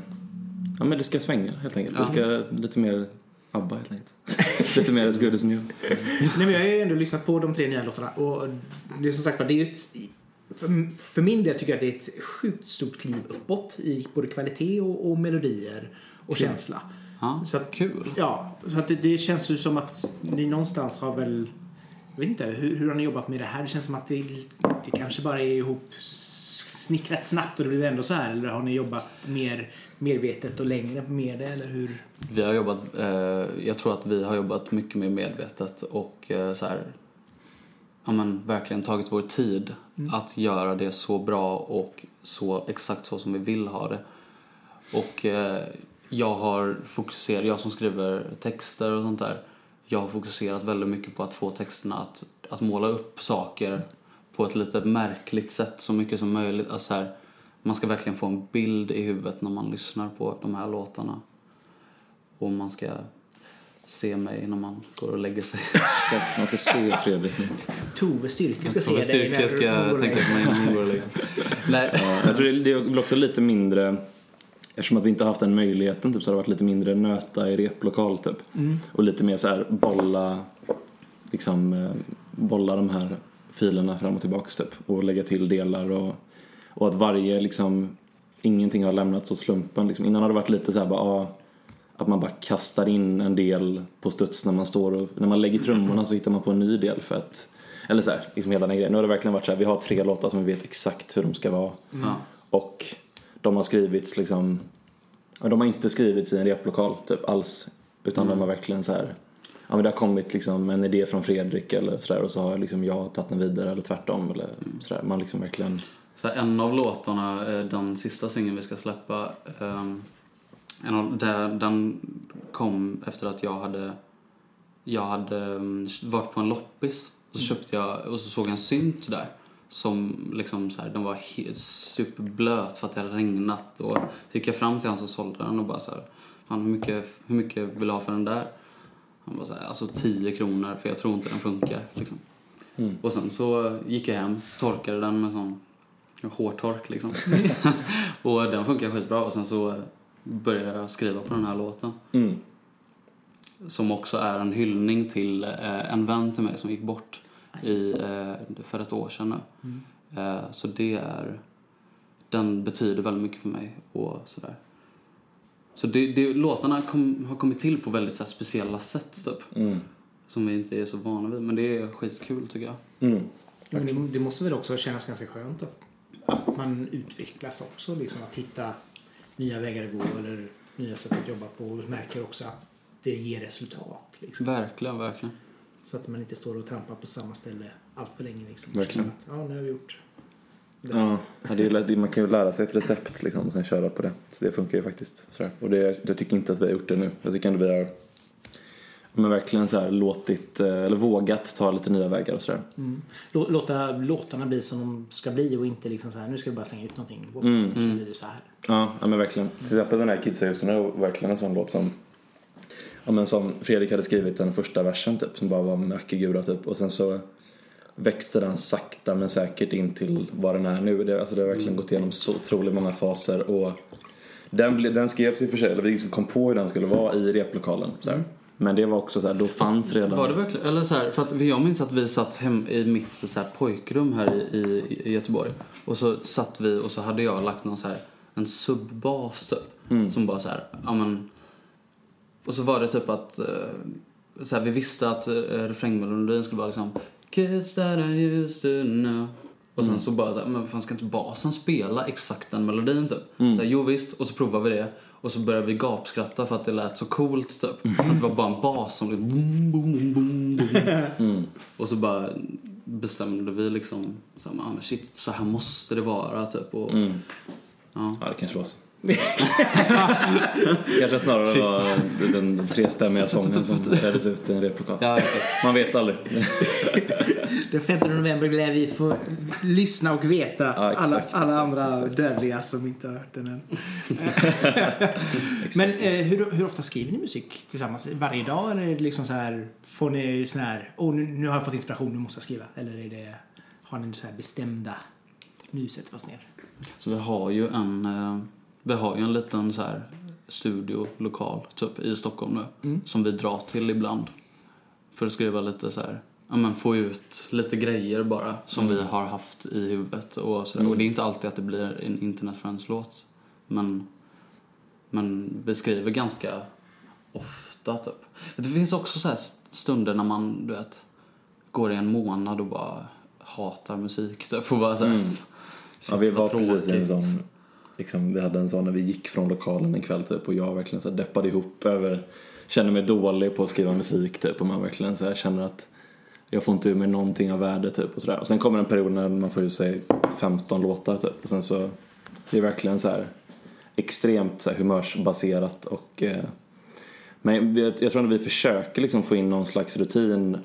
ja men det ska svänga helt enkelt. Det ska lite mer ABBA helt enkelt. Lite mer as good as new. Nej, men jag har ju ändå lyssnat på de tre nya låtarna och det är som sagt, det är ju ett, för, för min del tycker jag att det är ett sjukt stort kliv uppåt i både kvalitet och, och melodier och kul. Känsla. Ja, så att, kul. Ja, så att det, det känns ju som att ni någonstans har väl, jag vet inte, hur, hur har ni jobbat med det här? Det känns som att det, det kanske bara är ihop snickrat snabbt och det blir ändå så här, eller har ni jobbat mer medvetet och längre med det, eller hur? Vi har jobbat, eh, jag tror att vi har jobbat mycket mer medvetet och eh, så här, ja men verkligen tagit vår tid mm. att göra det så bra och så exakt så som vi vill ha det. Och eh, jag har fokuserat, jag som skriver texter och sånt där, jag har fokuserat väldigt mycket på att få texterna att, att måla upp saker på ett lite märkligt sätt så mycket som möjligt. Alltså här, man ska verkligen få en bild i huvudet när man lyssnar på de här låtarna. Och man ska se mig när man går och lägger sig. Så man ska se Fredrik. Tove Styrka ska Tove se Styrka dig. Styrka ska tänka på mig när man går och lägger sig. Nej. Ja, jag tror det är också lite mindre, eftersom att vi inte har haft den möjligheten typ, så har det varit lite mindre nöta i replokal typ. Mm. Och lite mer så här bolla liksom bolla de här filerna fram och tillbaka typ, och lägga till delar och, och att varje liksom ingenting har lämnats åt slumpen liksom. Innan har det varit lite så här bara ah, att man bara kastar in en del på studs när man står och när man lägger trummorna så hittar man på en ny del för att, eller så här, liksom hela den grejen. Nu har det verkligen varit så här, vi har tre låtar som vi vet exakt hur de ska vara. Mm. Och de har skrivits liksom, de har inte skrivits i en replokal typ alls, utan mm. de har verkligen så här ja, men det har kommit liksom en idé från Fredrik eller sådär, och så har liksom jag tagit den vidare eller tvärtom eller sådär. Man liksom verkligen... Så här, en av låtarna, den sista singeln vi ska släppa, um, en av, där, den kom efter att jag hade jag hade um, varit på en loppis och så köpte jag och så såg jag en synt där som liksom så här, den var helt superblöt för att det hade regnat, och så gick jag fram till han som sålde den och bara så här, fan, hur mycket hur mycket vill du ha för den där? Han bara så här, alltså tio kronor, för jag tror inte den funkar liksom. Mm. Och sen så gick jag hem, torkade den med sån hårtork liksom. Och den funkar skitbra, och sen så började jag skriva på den här låten. Mm. Som också är en hyllning till eh, en vän till mig som gick bort i, eh, för ett år sedan nu. Mm. Eh, så det är, den betyder väldigt mycket för mig och sådär. Så det, det, låtarna kom, har kommit till på väldigt så här, speciella sätt typ. Mm. Som vi inte är så vana vid, men det är skitkul tycker jag. Mm. Men det, det måste väl också kännas ganska skönt att, att man utvecklas också, liksom att hitta nya vägar att gå eller nya sätt att jobba på, och märker också att det ger resultat. Liksom. Verkligen, verkligen. Så att man inte står och trampar på samma ställe allt för länge. Liksom. Verkligen. Att, ja, nu har vi gjort det. Ja, det är, man kan ju lära sig ett recept liksom, och sen köra på det. Så det funkar ju faktiskt. Sådär. Och det, jag tycker inte att vi har gjort det nu. Jag tycker ändå vi har men verkligen så här, låtit, eller vågat ta lite nya vägar och sådär. Mm. Låta låtarna bli som de ska bli och inte liksom så här, nu ska vi bara slänga ut någonting. Mm. Så blir det så här. Ja, ja, men verkligen. Till exempel den här Kids är just nu verkligen en sån låt som, ja, men som Fredrik hade skrivit den första versen typ, som bara var Möckegura typ, och sen så växte den sakta men säkert in till vad den är nu. Det, alltså det har verkligen mm. gått igenom så otroligt många faser, och den, den skrevs i för sig, eller vi liksom kom på hur den skulle vara i replokalen så här. Mm. Men det var också så här, då fanns redan... Var det verkligen, eller så här, för att jag minns att vi satt hem i mitt så här pojkrum här i, i, i Göteborg. Och så satt vi och så hade jag lagt någon så här, en subbas typ. Mm. Som bara så här, ja men... Och så var det typ att, så här, vi visste att refrängmelodin skulle vara liksom Kids that I used to know. Och sen mm. så bara så här, men fan ska inte basen spela exakt den melodin typ? Mm. Så här, jo visst, och så provar vi det. Och så började vi gapskratta för att det lät så coolt typ. Mm. Att det var bara en bas som liksom boom, boom, boom, boom. Mm. Och så bara bestämde vi liksom så här, ah, shit, så här måste det vara typ. Och, mm. ja. ja, det kanske var så. Kanske snarare shit. Var den trestämmiga sången som räddades ut i en replokal. Ja, man vet aldrig. Den femtonde november lär vi få lyssna och veta ja, exakt, alla, alla exakt, andra exakt. Dödliga som inte har hört den än. Men eh, hur, hur ofta skriver ni musik tillsammans? Varje dag, eller är det liksom så här, får ni sån här, oh, nu, nu har jag fått inspiration, nu måste jag skriva, eller är det, har ni så här bestämda, nu sätter vi oss ner? Så vi har ju en eh, vi har ju en liten så här studiolokal typ i Stockholm nu, mm. som vi drar till ibland för att skriva lite så här, ja men få ut lite grejer bara som mm. vi har haft i huvudet och så där. Mm. Och det är inte alltid att det blir en Internet Friends-låt, men men vi skriver ganska ofta typ. Det finns också så här stunder när man, du vet, går i en månad och bara hatar musik typ, och bara så här, mm. ja, vi var precis en sån liksom, vi hade en sån när vi gick från lokalen en kväll typ, och jag verkligen så här deppade ihop över, känner mig dålig på att skriva musik typ, och man verkligen så här känner att jag får inte ur mig någonting av värde typ, och sådär. Och sen kommer en period när man får ur sig femton låtar typ, och sen så det är verkligen så här extremt så här humörsbaserat, och eh, men jag, jag tror att vi försöker liksom få in någon slags rutin,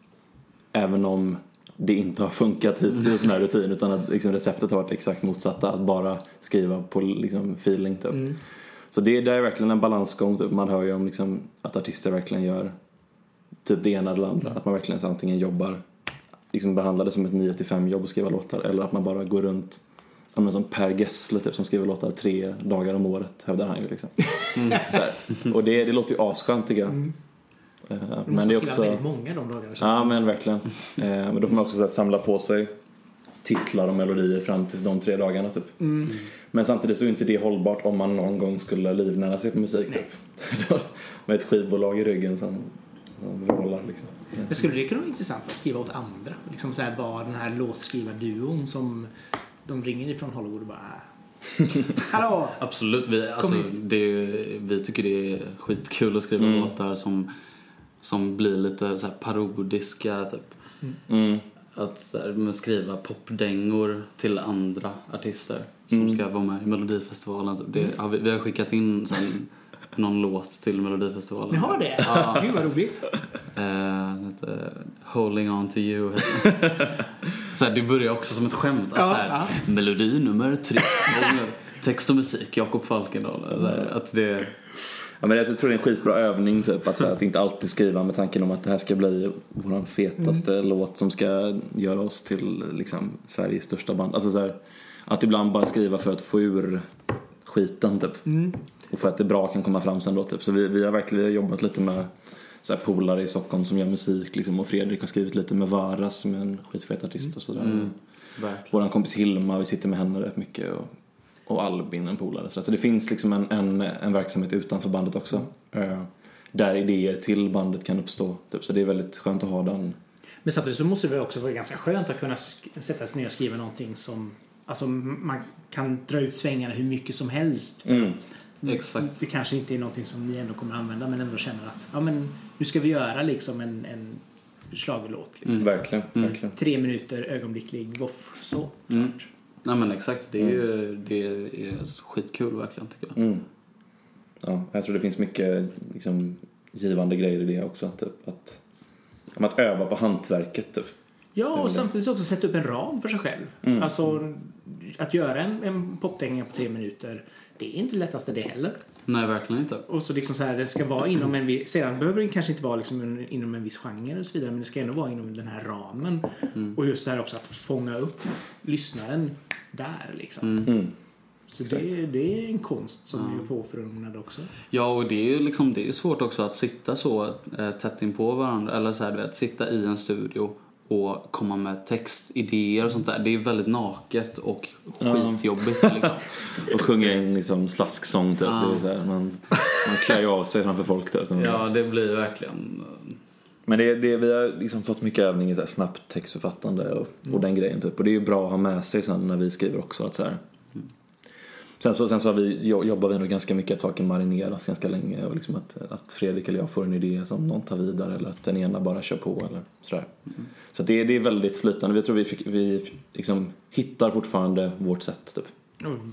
även om det inte har funkat hittills med rutin, utan att liksom receptet har varit exakt motsatta, att bara skriva på liksom feeling typ. Mm. Så det, det är verkligen en balansgång typ. Man hör ju om liksom att artister verkligen gör typ det ena eller det andra, att man verkligen antingen jobbar liksom behandlar det som ett nio till fem jobb att skriva låtar, eller att man bara går runt som Per Gessle typ, som skriver låtar tre dagar om året, hävdar han ju liksom. Mm. Så här. Och det, det låter ju asskönt tycker jag. Mm. Uh, men det är också väldigt många de dagarna. Ja, men verkligen. uh, Men då får man också så här, samla på sig titlar och melodier fram till de tre dagarna typ. Mm. Men samtidigt så är inte det hållbart om man någon gång skulle livnära sig på musik typ. Med ett skivbolag i ryggen som, som vrålar liksom. Ja. Men skulle det kunna vara intressant att skriva åt andra? Liksom så här, bara den här låtskrivarduon som de ringer ifrån Hollywood och bara hallå! Absolut, vi, alltså, det är, vi tycker det är skitkul att skriva mm. låtar som som blir lite så här parodiska typ. Mm. Att så här, skriva popdängor till andra artister som mm. ska vara med i Melodifestivalen typ. Det har vi, vi har skickat in sen någon låt till Melodifestivalen. Ni har det? Ja. Gud vad roligt. Eh, heter Holding on to you. Så här, det börjar också som ett skämt. Alltså, ja, så här, ja. Melodi nummer tre. Text och musik, Jakob Falkendahl. Mm. Att det... Ja, men jag tror det är en skitbra övning typ, att, så här, att inte alltid skriva med tanken om att det här ska bli vår fetaste mm. låt som ska göra oss till liksom, Sveriges största band. Alltså, så här, att ibland bara skriva för att få ur skiten typ. Mm. Och för att det bra kan komma fram sen då typ. Så vi, vi har verkligen jobbat lite med så här, polare i Stockholm som gör musik liksom, och Fredrik har skrivit lite med Varas som är en skitfet artist och sådär. Mm. Vår kompis Hilma, vi sitter med henne rätt mycket och och Albin, en polare. Så det finns liksom en, en, en verksamhet utanför bandet också. Mm. Där idéer till bandet kan uppstå. Typ. Så det är väldigt skönt att ha den. Men samtidigt så måste det också vara ganska skönt att kunna sätta sig ner och skriva någonting som... Alltså man kan dra ut svängarna hur mycket som helst. För mm. att Exakt. Det kanske inte är någonting som ni ändå kommer att använda, men ändå känner att ja, men nu ska vi göra liksom en, en schlagerlåt. Liksom. Mm. Verkligen, mm. verkligen. Tre minuter ögonblicklig voff. Så, mm. Nej men exakt, det är ju det är skitkul verkligen tycker jag. Mm. Ja, jag tror det finns mycket liksom, givande grejer i det också. Typ, att, att öva på hantverket typ. Ja, och samtidigt också sätta upp en ram för sig själv. Mm. Alltså, att göra en, en popdänga på tre minuter, det är inte lättaste det heller. Nej, verkligen inte. Och så liksom så här, det ska vara inom en viss... Sedan behöver det kanske inte vara liksom inom en viss genre och så vidare, men det ska ändå vara inom den här ramen. Mm. Och just det här också att fånga upp lyssnaren där liksom. Mm. Mm. Så det, det är en konst som ja. Vi får förunad också. Ja, och det är ju liksom, det är svårt också att sitta så äh, tätt in på varandra. Eller så här, du vet, sitta i en studio och komma med textidéer och sånt där. Det är väldigt naket och skitjobbigt. Ja. Liksom. Och sjunga in liksom slasksång typ. Ja. Det är så här, man, man klär av sig framför folk typ. Ja, det blir verkligen... Men det, det, vi har liksom fått mycket övning i så här snabbt textförfattande och, mm. och den grejen typ. Och det är ju bra att ha med sig sen när vi skriver också. Att så här. Mm. Sen, så, sen så har vi, jobbar vi nog ganska mycket att saker marineras ganska länge. Och liksom att, att Fredrik eller jag får en idé som någon tar vidare. Eller att den ena bara kör på. Eller sådär. Mm. Så det, det är väldigt flytande. Vi tror vi, fick, vi liksom hittar fortfarande vårt sätt typ. Mm.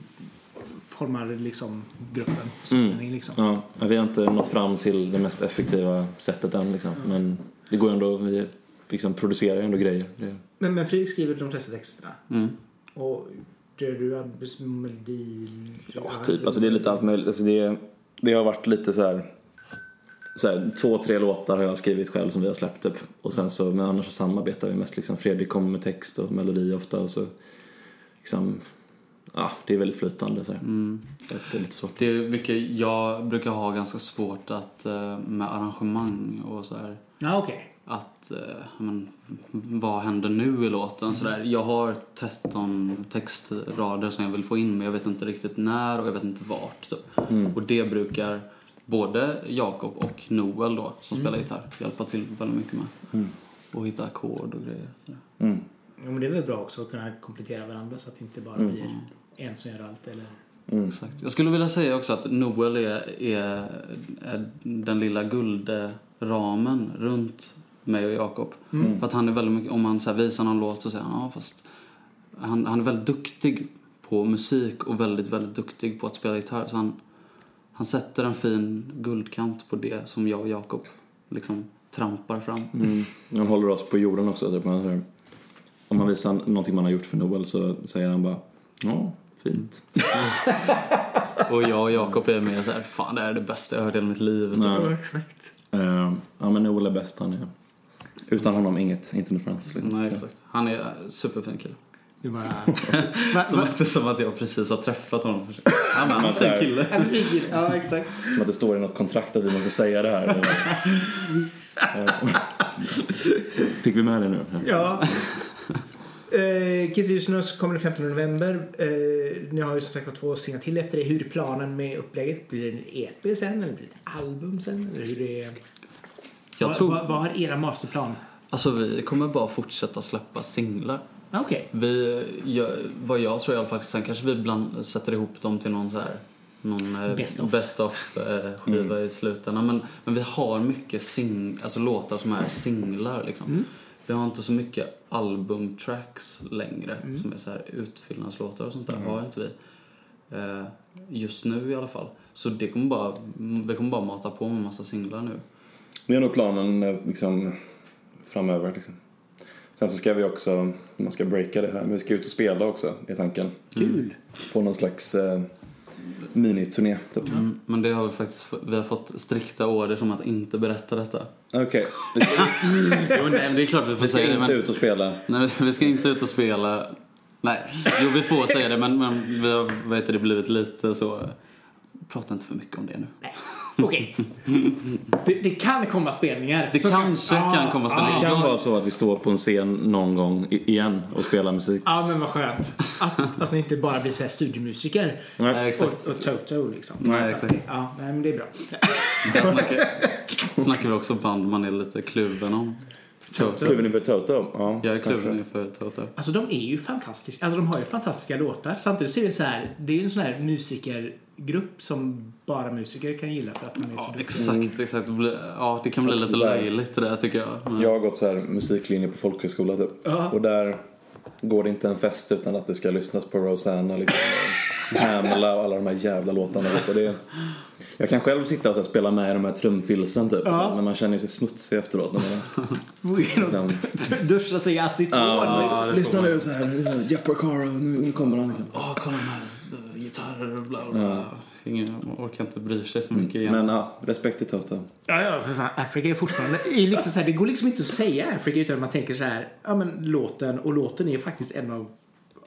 Formar liksom gruppen. Mm. Liksom. Ja, vi har inte nått fram till det mest effektiva sättet än liksom. Mm. Men det går ändå, vi liksom producerar ändå grejer. Det... Men, men Fredrik skriver de flesta texterna. Mm. Och gör du arbetsmelodi? Ja, typ. Alltså det är lite allt möjligt. Alltså det, det har varit lite så här, så här, två, tre låtar har jag skrivit själv som vi har släppt typ. Och sen så, men annars så samarbetar vi mest liksom. Fredrik kommer med text och melodi ofta och så liksom... Ja, det är väldigt flytande så här. Mm. Det är lite svårt. Det är mycket, jag brukar ha ganska svårt att med arrangemang och så här. Ja, okej. Okay. Att men, vad händer nu i låten mm. så där. Jag har tretton textrader som jag vill få in, men jag vet inte riktigt när och jag vet inte vart typ. Mm. Och det brukar både Jakob och Noel då som mm. spelar gitarr hjälpa till väldigt mycket med. Mm. Och hitta ackord och grejer så där. Mm. Ja, men det är väl bra också att kunna komplettera varandra så att det inte bara mm. blir en som gör allt eller... Mm. Exakt. Jag skulle vilja säga också att Noel är, är, är den lilla guldramen runt mig och Jakob. Mm. För att han är väldigt mycket, om man så här visar någon låt så säger han, ja fast han, han är väldigt duktig på musik och väldigt, väldigt duktig på att spela gitarr. Så han, han sätter en fin guldkant på det som jag och Jakob liksom trampar fram. Mm. Han håller oss på jorden också. Typ. Om man visar någonting man har gjort för Noel så säger han bara, ja, fint. Och jag och Jakob är med så här, fan det är det bästa jag har hört i hela mitt liv. Ja, exakt. Uh, ja, men Noel är bäst, han är. Utan honom inget, inte en frans. Liksom. Nej, exakt. Han är superfin kille. Det bara... som, att, som att jag precis har träffat honom. Han är en fin kille. En fin kille, ja exakt. Som att det står i något kontrakt att vi måste säga det här. Fick vi med det nu? Ja. Uh, Kiss Just Nu kommer den femtonde november. Uh, ni har ju som sagt två singlar till efter det. Hur är planen med upplägget? Blir det en E P sen eller blir det ett album sen? Eller hur det är... Jag vad, tror... vad, vad har era masterplan? Alltså vi kommer bara fortsätta släppa singlar. Okej. Okay. Vi, jag, vad jag tror i alla fall, sen kanske vi bland, sätter ihop dem till någon så här någon eh, Best of. best of eh, skiva mm. i slutändan. Men, men vi har mycket sing, alltså låtar som är singlar liksom. Mm. Vi har inte så mycket albumtracks längre mm. som är så här utfyllnadslåtar och sånt där. Mm. Har inte vi. Eh, just nu i alla fall. Så det kommer bara, vi kommer bara mata på med massa singlar nu. Det är nog planen liksom, framöver liksom. Sen så ska vi också, man ska breaka det här, men vi ska ut och spela också i tanken. Kul! På någon slags eh, miniturné typ. Mm, men det har vi faktiskt, vi har fått strikta order som att inte berätta detta. Okej. Okay. Jo, nej, men det är klart vi får vi ska säga inte det. Men, ut och spela. Nej, vi ska inte ut och spela. Nej, jo vi får säga det, men, men vi har vet, det blivit lite så. Prata inte för mycket om det nu. Nej. Okej. Okay. Det, det kan komma spelningar. Det så kanske kan, kan komma spelningar. Det kan vara så att vi står på en scen någon gång igen och spelar musik. Ja, men vad skönt. Att, att ni inte bara blir så här studiomusiker. Nej, exakt. Och, och Toto liksom. Nej, exakt. Ja, nej, men det är bra. Där snackar, snackar vi också band man är lite kluven om. Toto. Kluven inför Toto? Ja, jag är kluven inför Toto. Alltså de är ju fantastiska. Alltså de har ju fantastiska låtar. Samtidigt så är det så här, det är ju en sån här musikergrupp som bara musiker kan gilla för att man är så ja, duktig. exakt, exakt. Ja, det kan bli också lite löjligt det där tycker jag. Men... Jag har gått så här musiklinje på folkhögskola typ. Ja. Och där går det inte en fest utan att det ska lyssnas på Rosanna liksom. Pamela och alla de här jävla låtarna och det. Jag kan själv sitta och så här, spela med i de här trumfilsen typ, ja. så, men man känner sig smutsig efteråt när man liksom, duscha sig i aceton. Ja, lyssna nu så här, Jeff Porcaro, nu, nu kommer han liksom. Åh, kolla de här gitarrer och bla bla. Ja. Ingen orkar inte bry sig så mycket igen. Men ja, respekt till Toto. Ja, ja, för fan. Afrika är fortfarande är liksom så här, det går liksom inte att säga Afrika utan man tänker så här, ja men låten, och låten är faktiskt en av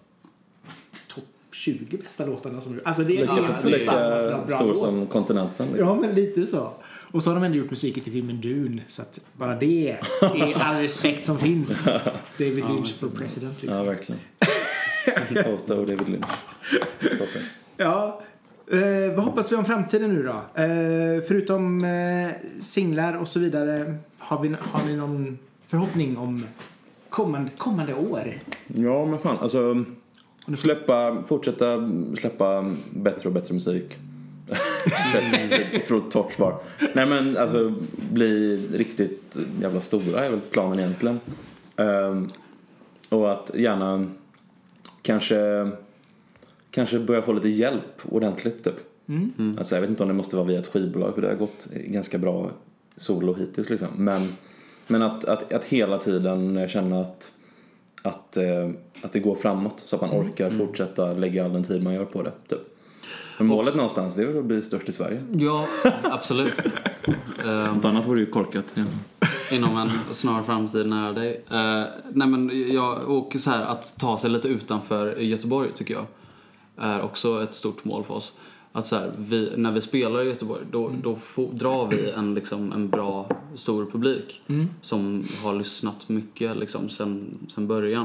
topp tjugo bästa låtarna som alltså det är lika, en lika stor låt. Som kontinenten liksom. Ja, men lite så. Och så har de ändå gjort musiken till filmen Dune, så att bara det är all respekt som finns. David Lynch för president liksom. Ja, verkligen. Toto och David Lynch. Hoppas. Ja. Eh, vad hoppas vi om framtiden nu då? Eh, förutom eh, singlar och så vidare, har, vi, har ni någon förhoppning om kommande, kommande år? Ja, men fan, alltså släppa, fortsätta släppa bättre och bättre musik. Jag tror torrt svar. Nej, men alltså bli riktigt jävla stora är väl planen egentligen. Um, och att gärna kanske kanske börja få lite hjälp ordentligt typ. Mm. Mm. Alltså jag vet inte om det måste vara via ett skivbolag, för det har gått ganska bra solo hittills liksom. Men, men att, att, att hela tiden känna att att, eh, att det går framåt så att man orkar mm. fortsätta lägga all den tid man gör på det typ. Men målet och, någonstans, det är väl att bli störst i Sverige. Ja, absolut. Något annat vore ju korkat. Ja. Inom en snar framtid nära dig. Uh, nej men jag, och så här, att ta sig lite utanför Göteborg tycker jag är också ett stort mål för oss. Att så här, vi, när vi spelar i Göteborg då, mm. då får, drar vi en, liksom, en bra stor publik mm. som har lyssnat mycket liksom, sen, sen början.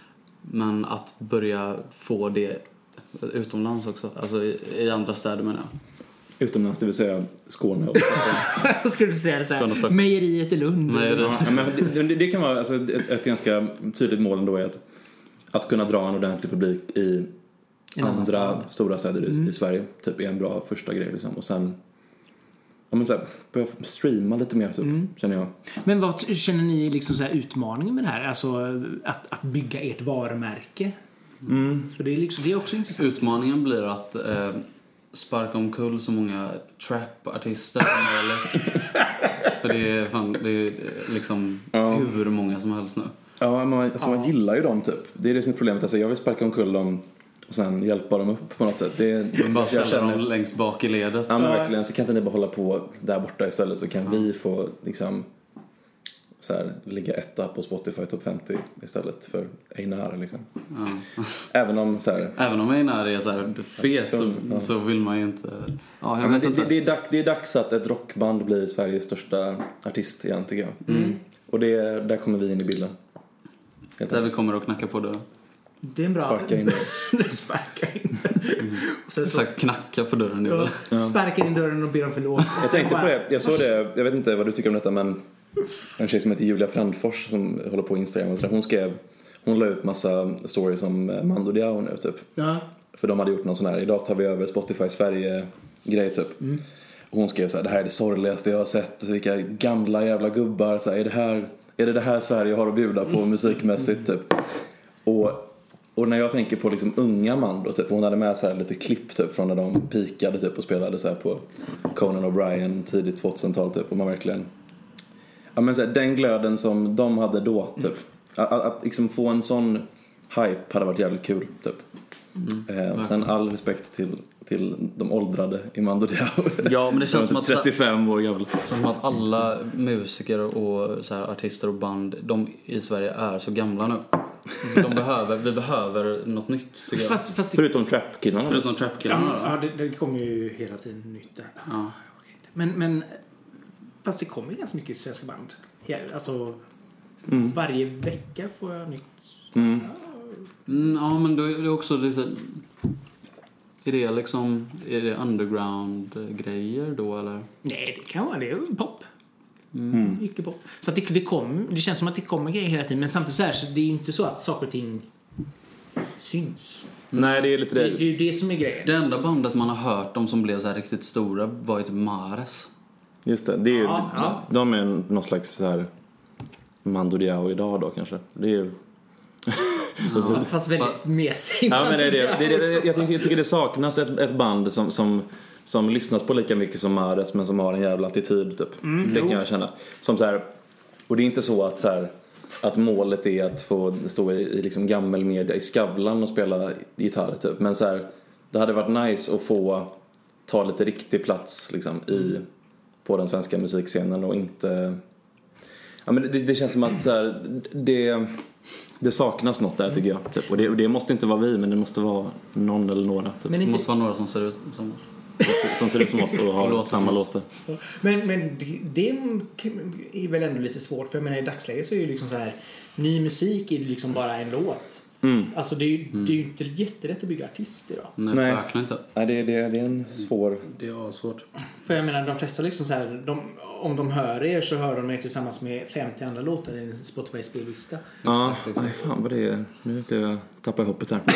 Men att börja få det utomlands också, alltså i, i andra städer menar jag. Utomlands, det vill säga Skåne och så skulle du säga det så här, mejeriet i Lund. Ja, men det, det, det kan vara alltså, ett, ett ganska tydligt mål ändå är att, att kunna dra en ordentlig publik i en andra stad. Stora städer i, mm. i Sverige typ är en bra första grej liksom. Och sen ja, men så här, börja streama lite mer typ, mm. känner jag. Men vad känner ni liksom så här utmaningen med det här? Alltså att, att bygga ert varumärke? Mm. För det är, liksom, det är också intressant. Utmaningen blir att eh, sparka omkull så många trap-artister som möjligt. För det är, fan, det är liksom ja. hur många som helst nu. Ja, man, alltså, ja. man gillar ju dem typ. Det är det som är problemet. Alltså, jag vill sparka omkull dem och sen hjälpa dem upp på något sätt. Det är, bara ställa känner, dem längst bak i ledet. Ja, men verkligen. Så kan inte ni bara hålla på där borta istället, så kan ja. vi få liksom så här, ligga etta på Spotify topp femtio istället för Einar liksom. Ja. Även om så här, även om Einar är så här fet så, ja. så vill man ju inte. Ja, jag ja, vet det, inte. Det, det, är dags, det är dags att ett rockband blir Sveriges största artist igen tycker jag. Mm. Och det, där kommer vi in i bilden. Helt där vi kommer att knacka på dörren. Det är en bra. Sparka in det. Sparka in. Mm. Och sen så sagt knacka på dörren. Ja, ja. Sparka in dörren och ber om förlåt. Jag tänkte på det. Jag såg det. Jag vet inte vad du tycker om detta, men en tjej som heter Julia Frändfors som håller på Instagram och så där, hon skrev, hon la ut massa stories om Mando Diao nu typ. Ja. För de hade gjort någon sån här, idag tar vi över Spotify Sverige-grej typ. Mm. Och hon skrev så här, det här är det sorgligaste jag har sett. Vilka gamla jävla gubbar. Så här, är, det här, är det det här Sverige har att bjuda på musikmässigt typ? Och, och när jag tänker på liksom unga man då, typ, hon hade med så här lite klipp typ, från när de pikade typ, och spelade så här på Conan O'Brien tidigt tvåtusental typ. Och man verkligen... Ja, men så här, den glöden som de hade då typ. Att, att, att liksom få en sån hype hade varit jävligt kul typ. Mm. Eh, sen all respekt till, till de åldrade i Mando Diao. Ja, men det känns som att trettiofem år gamla. Som att alla musiker och så här, artister och band, de i Sverige är så gamla nu. De behöver, vi behöver något nytt tycker jag. Fast, fast det, Förutom trap-killarna. Förutom trap-killarna. Ja, ja det, det kommer ju hela tiden nytt där. Ja. Men, men fast det kommer ganska mycket svenska band. Alltså mm. varje vecka får jag nytt. Mm. Mm, ja, men det är också lite... Är det liksom... Är det underground-grejer då, eller? Nej, det kan vara det. Pop. Mm. Mycket pop. Så att det, det, kom, det känns som att det kommer grejer hela tiden. Men samtidigt så är det, det är inte så att saker och ting syns. Nej, det är lite det. Det, det är ju det som är grejen. Det enda bandet man har hört om som blev så här riktigt stora var ju typ Mares. Just det. Det är ju, ja, ja. De är någon slags så här Mando Diao idag då kanske. Det är ju... Ja, fast väldigt mesigt. Ja, men det är det. Det är det. Jag, tycker, jag tycker det saknas ett, ett band som, som, som lyssnas på lika mycket som Mares, men som har en jävla attityd typ. Mm, det kan jo. jag känna. Som så här, och det är inte så att, så här, att målet är att få stå i, i liksom gammelmedia i Skavlan och spela gitarr typ. Men så här, det hade varit nice att få ta lite riktig plats liksom, i, på den svenska musikscenen och inte... Ja, men det, det känns som att så här, det... Det saknas något där tycker jag typ. och, det, och det måste inte vara vi, men det måste vara någon eller några typ. Men det måste vara några som ser ut som oss. Som ser ut som oss och har samma låtar. Men, men det, det är väl ändå lite svårt. För jag menar, i dagsläget så är ju liksom så här, ny musik är ju liksom bara en låt. Mm. Alltså det är ju mm. det är ju inte jätterätt att bygga artister då. Nej, Nej. verkligen inte. Nej, det, det, det är en svår... Det är svårt. För jag menar, de flesta liksom så här, de, om de hör er så hör de er tillsammans med femtio andra låtar i en Spotify-spellista. Ja, nej fan vad det är. Nu blev jag tappa hoppet här.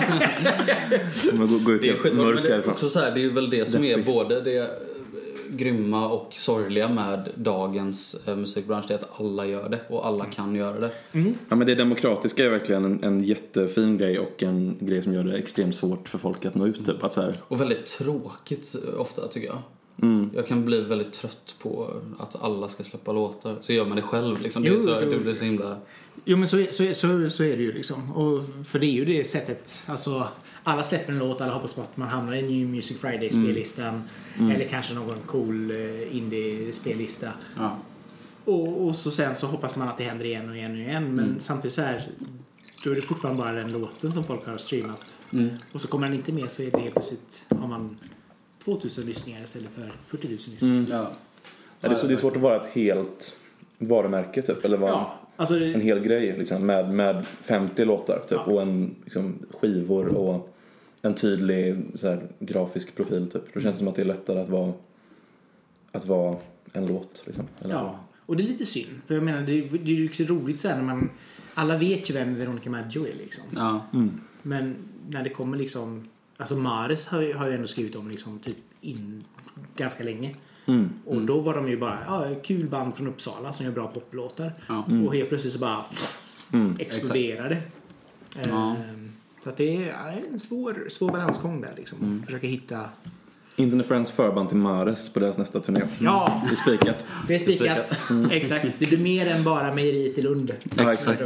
gå, gå ut det är skitsvårt, men det är också så här, det är väl det som är både det grymma och sorgliga med dagens eh, musikbransch, det är att alla gör det och alla kan göra det. Mm. Ja, men det demokratiska är verkligen en, en jättefin grej och en grej som gör det extremt svårt för folk att nå ut typ, att så här. Och väldigt tråkigt ofta tycker jag. Mm. Jag kan bli väldigt trött på att alla ska släppa låtar. Så gör man det själv liksom. Jo, det, är så, jo. det blir så himla... Jo, men så, så, så, så är det ju liksom. Och för det är ju det sättet. Alltså, alla släpper en låt, alla hoppas på att man hamnar i New Music Friday-spellistan. Mm. Mm. Eller kanske någon cool uh, indie-spellista. Ja. Och, och så sen så hoppas man att det händer igen och igen och igen. Men mm. samtidigt så här, då är det fortfarande bara den låten som folk har streamat. Mm. Och så kommer den inte med, så är det plötsligt, har man tvåtusen lyssningar istället för fyrtio tusen lyssningar. Mm. Ja. Ja, det, är så, det är svårt att vara ett helt varumärke typ, eller vara ja, alltså det... en hel grej liksom, med, med femtio låtar typ, ja. Och en liksom, skivor och en tydlig så här, grafisk profil typ. Då känns det som att det är lättare att vara att vara en låt liksom, eller ja, och det är lite synd, för jag menar det, det är ju liksom roligt så här, när man alla vet ju vem Veronica Maggio är liksom. Ja. Mm. Men när det kommer liksom, alltså Mares har, har ju ändå skrivit om liksom typ in ganska länge. Mm. Och mm. då var de ju bara ja, kul band från Uppsala som gör bra poplåtar. Ja. Mm. Och helt plötsligt så bara mm. exploderade. Ja. Ehm, så att det är en svår, svår balansgång där liksom. Mm. Försöka hitta Internet Friends förband till Mares på deras nästa turné. Ja. Det är spikat. Det är spikat. Mm. Exakt. Det blir mer än bara mejeri till Lund. Ja, exakt.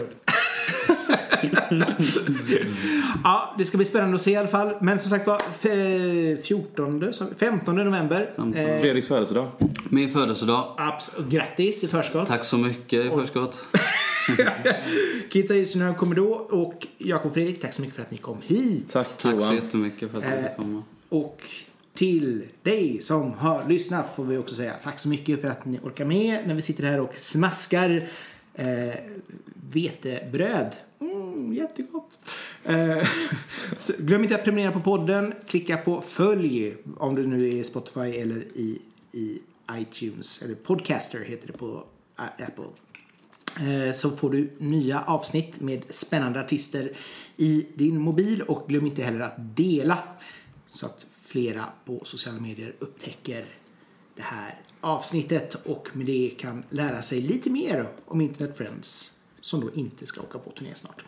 Ja, det ska bli spännande att se i alla fall. Men som sagt var, fjortonde, femtonde november. Eh, Fredriks födelsedag. Min födelsedag. Abs- grattis i förskott. Tack så mycket i förskott. Kids Ayers kommer då. Och Jakob och Fredrik, tack så mycket för att ni kom hit. Tack, tack så jättemycket för att ni kom. Eh, och till dig som har lyssnat får vi också säga tack så mycket för att ni orkar med när vi sitter här och smaskar eh, vetebröd. Mm, jättegott. Eh, glöm inte att prenumerera på podden. Klicka på följ om du nu är Spotify eller i, i iTunes. Eller Podcaster heter det på Apple. Eh, så får du nya avsnitt med spännande artister i din mobil. Och glöm inte heller att dela så att flera på sociala medier upptäcker det här avsnittet och med det kan lära sig lite mer om Internet Friends som då inte ska åka på turné snart.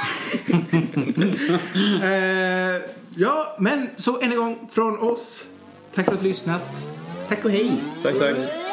uh, ja, men så än en gång från oss. Tack för att du har lyssnat. Tack och hej. Tack, tack.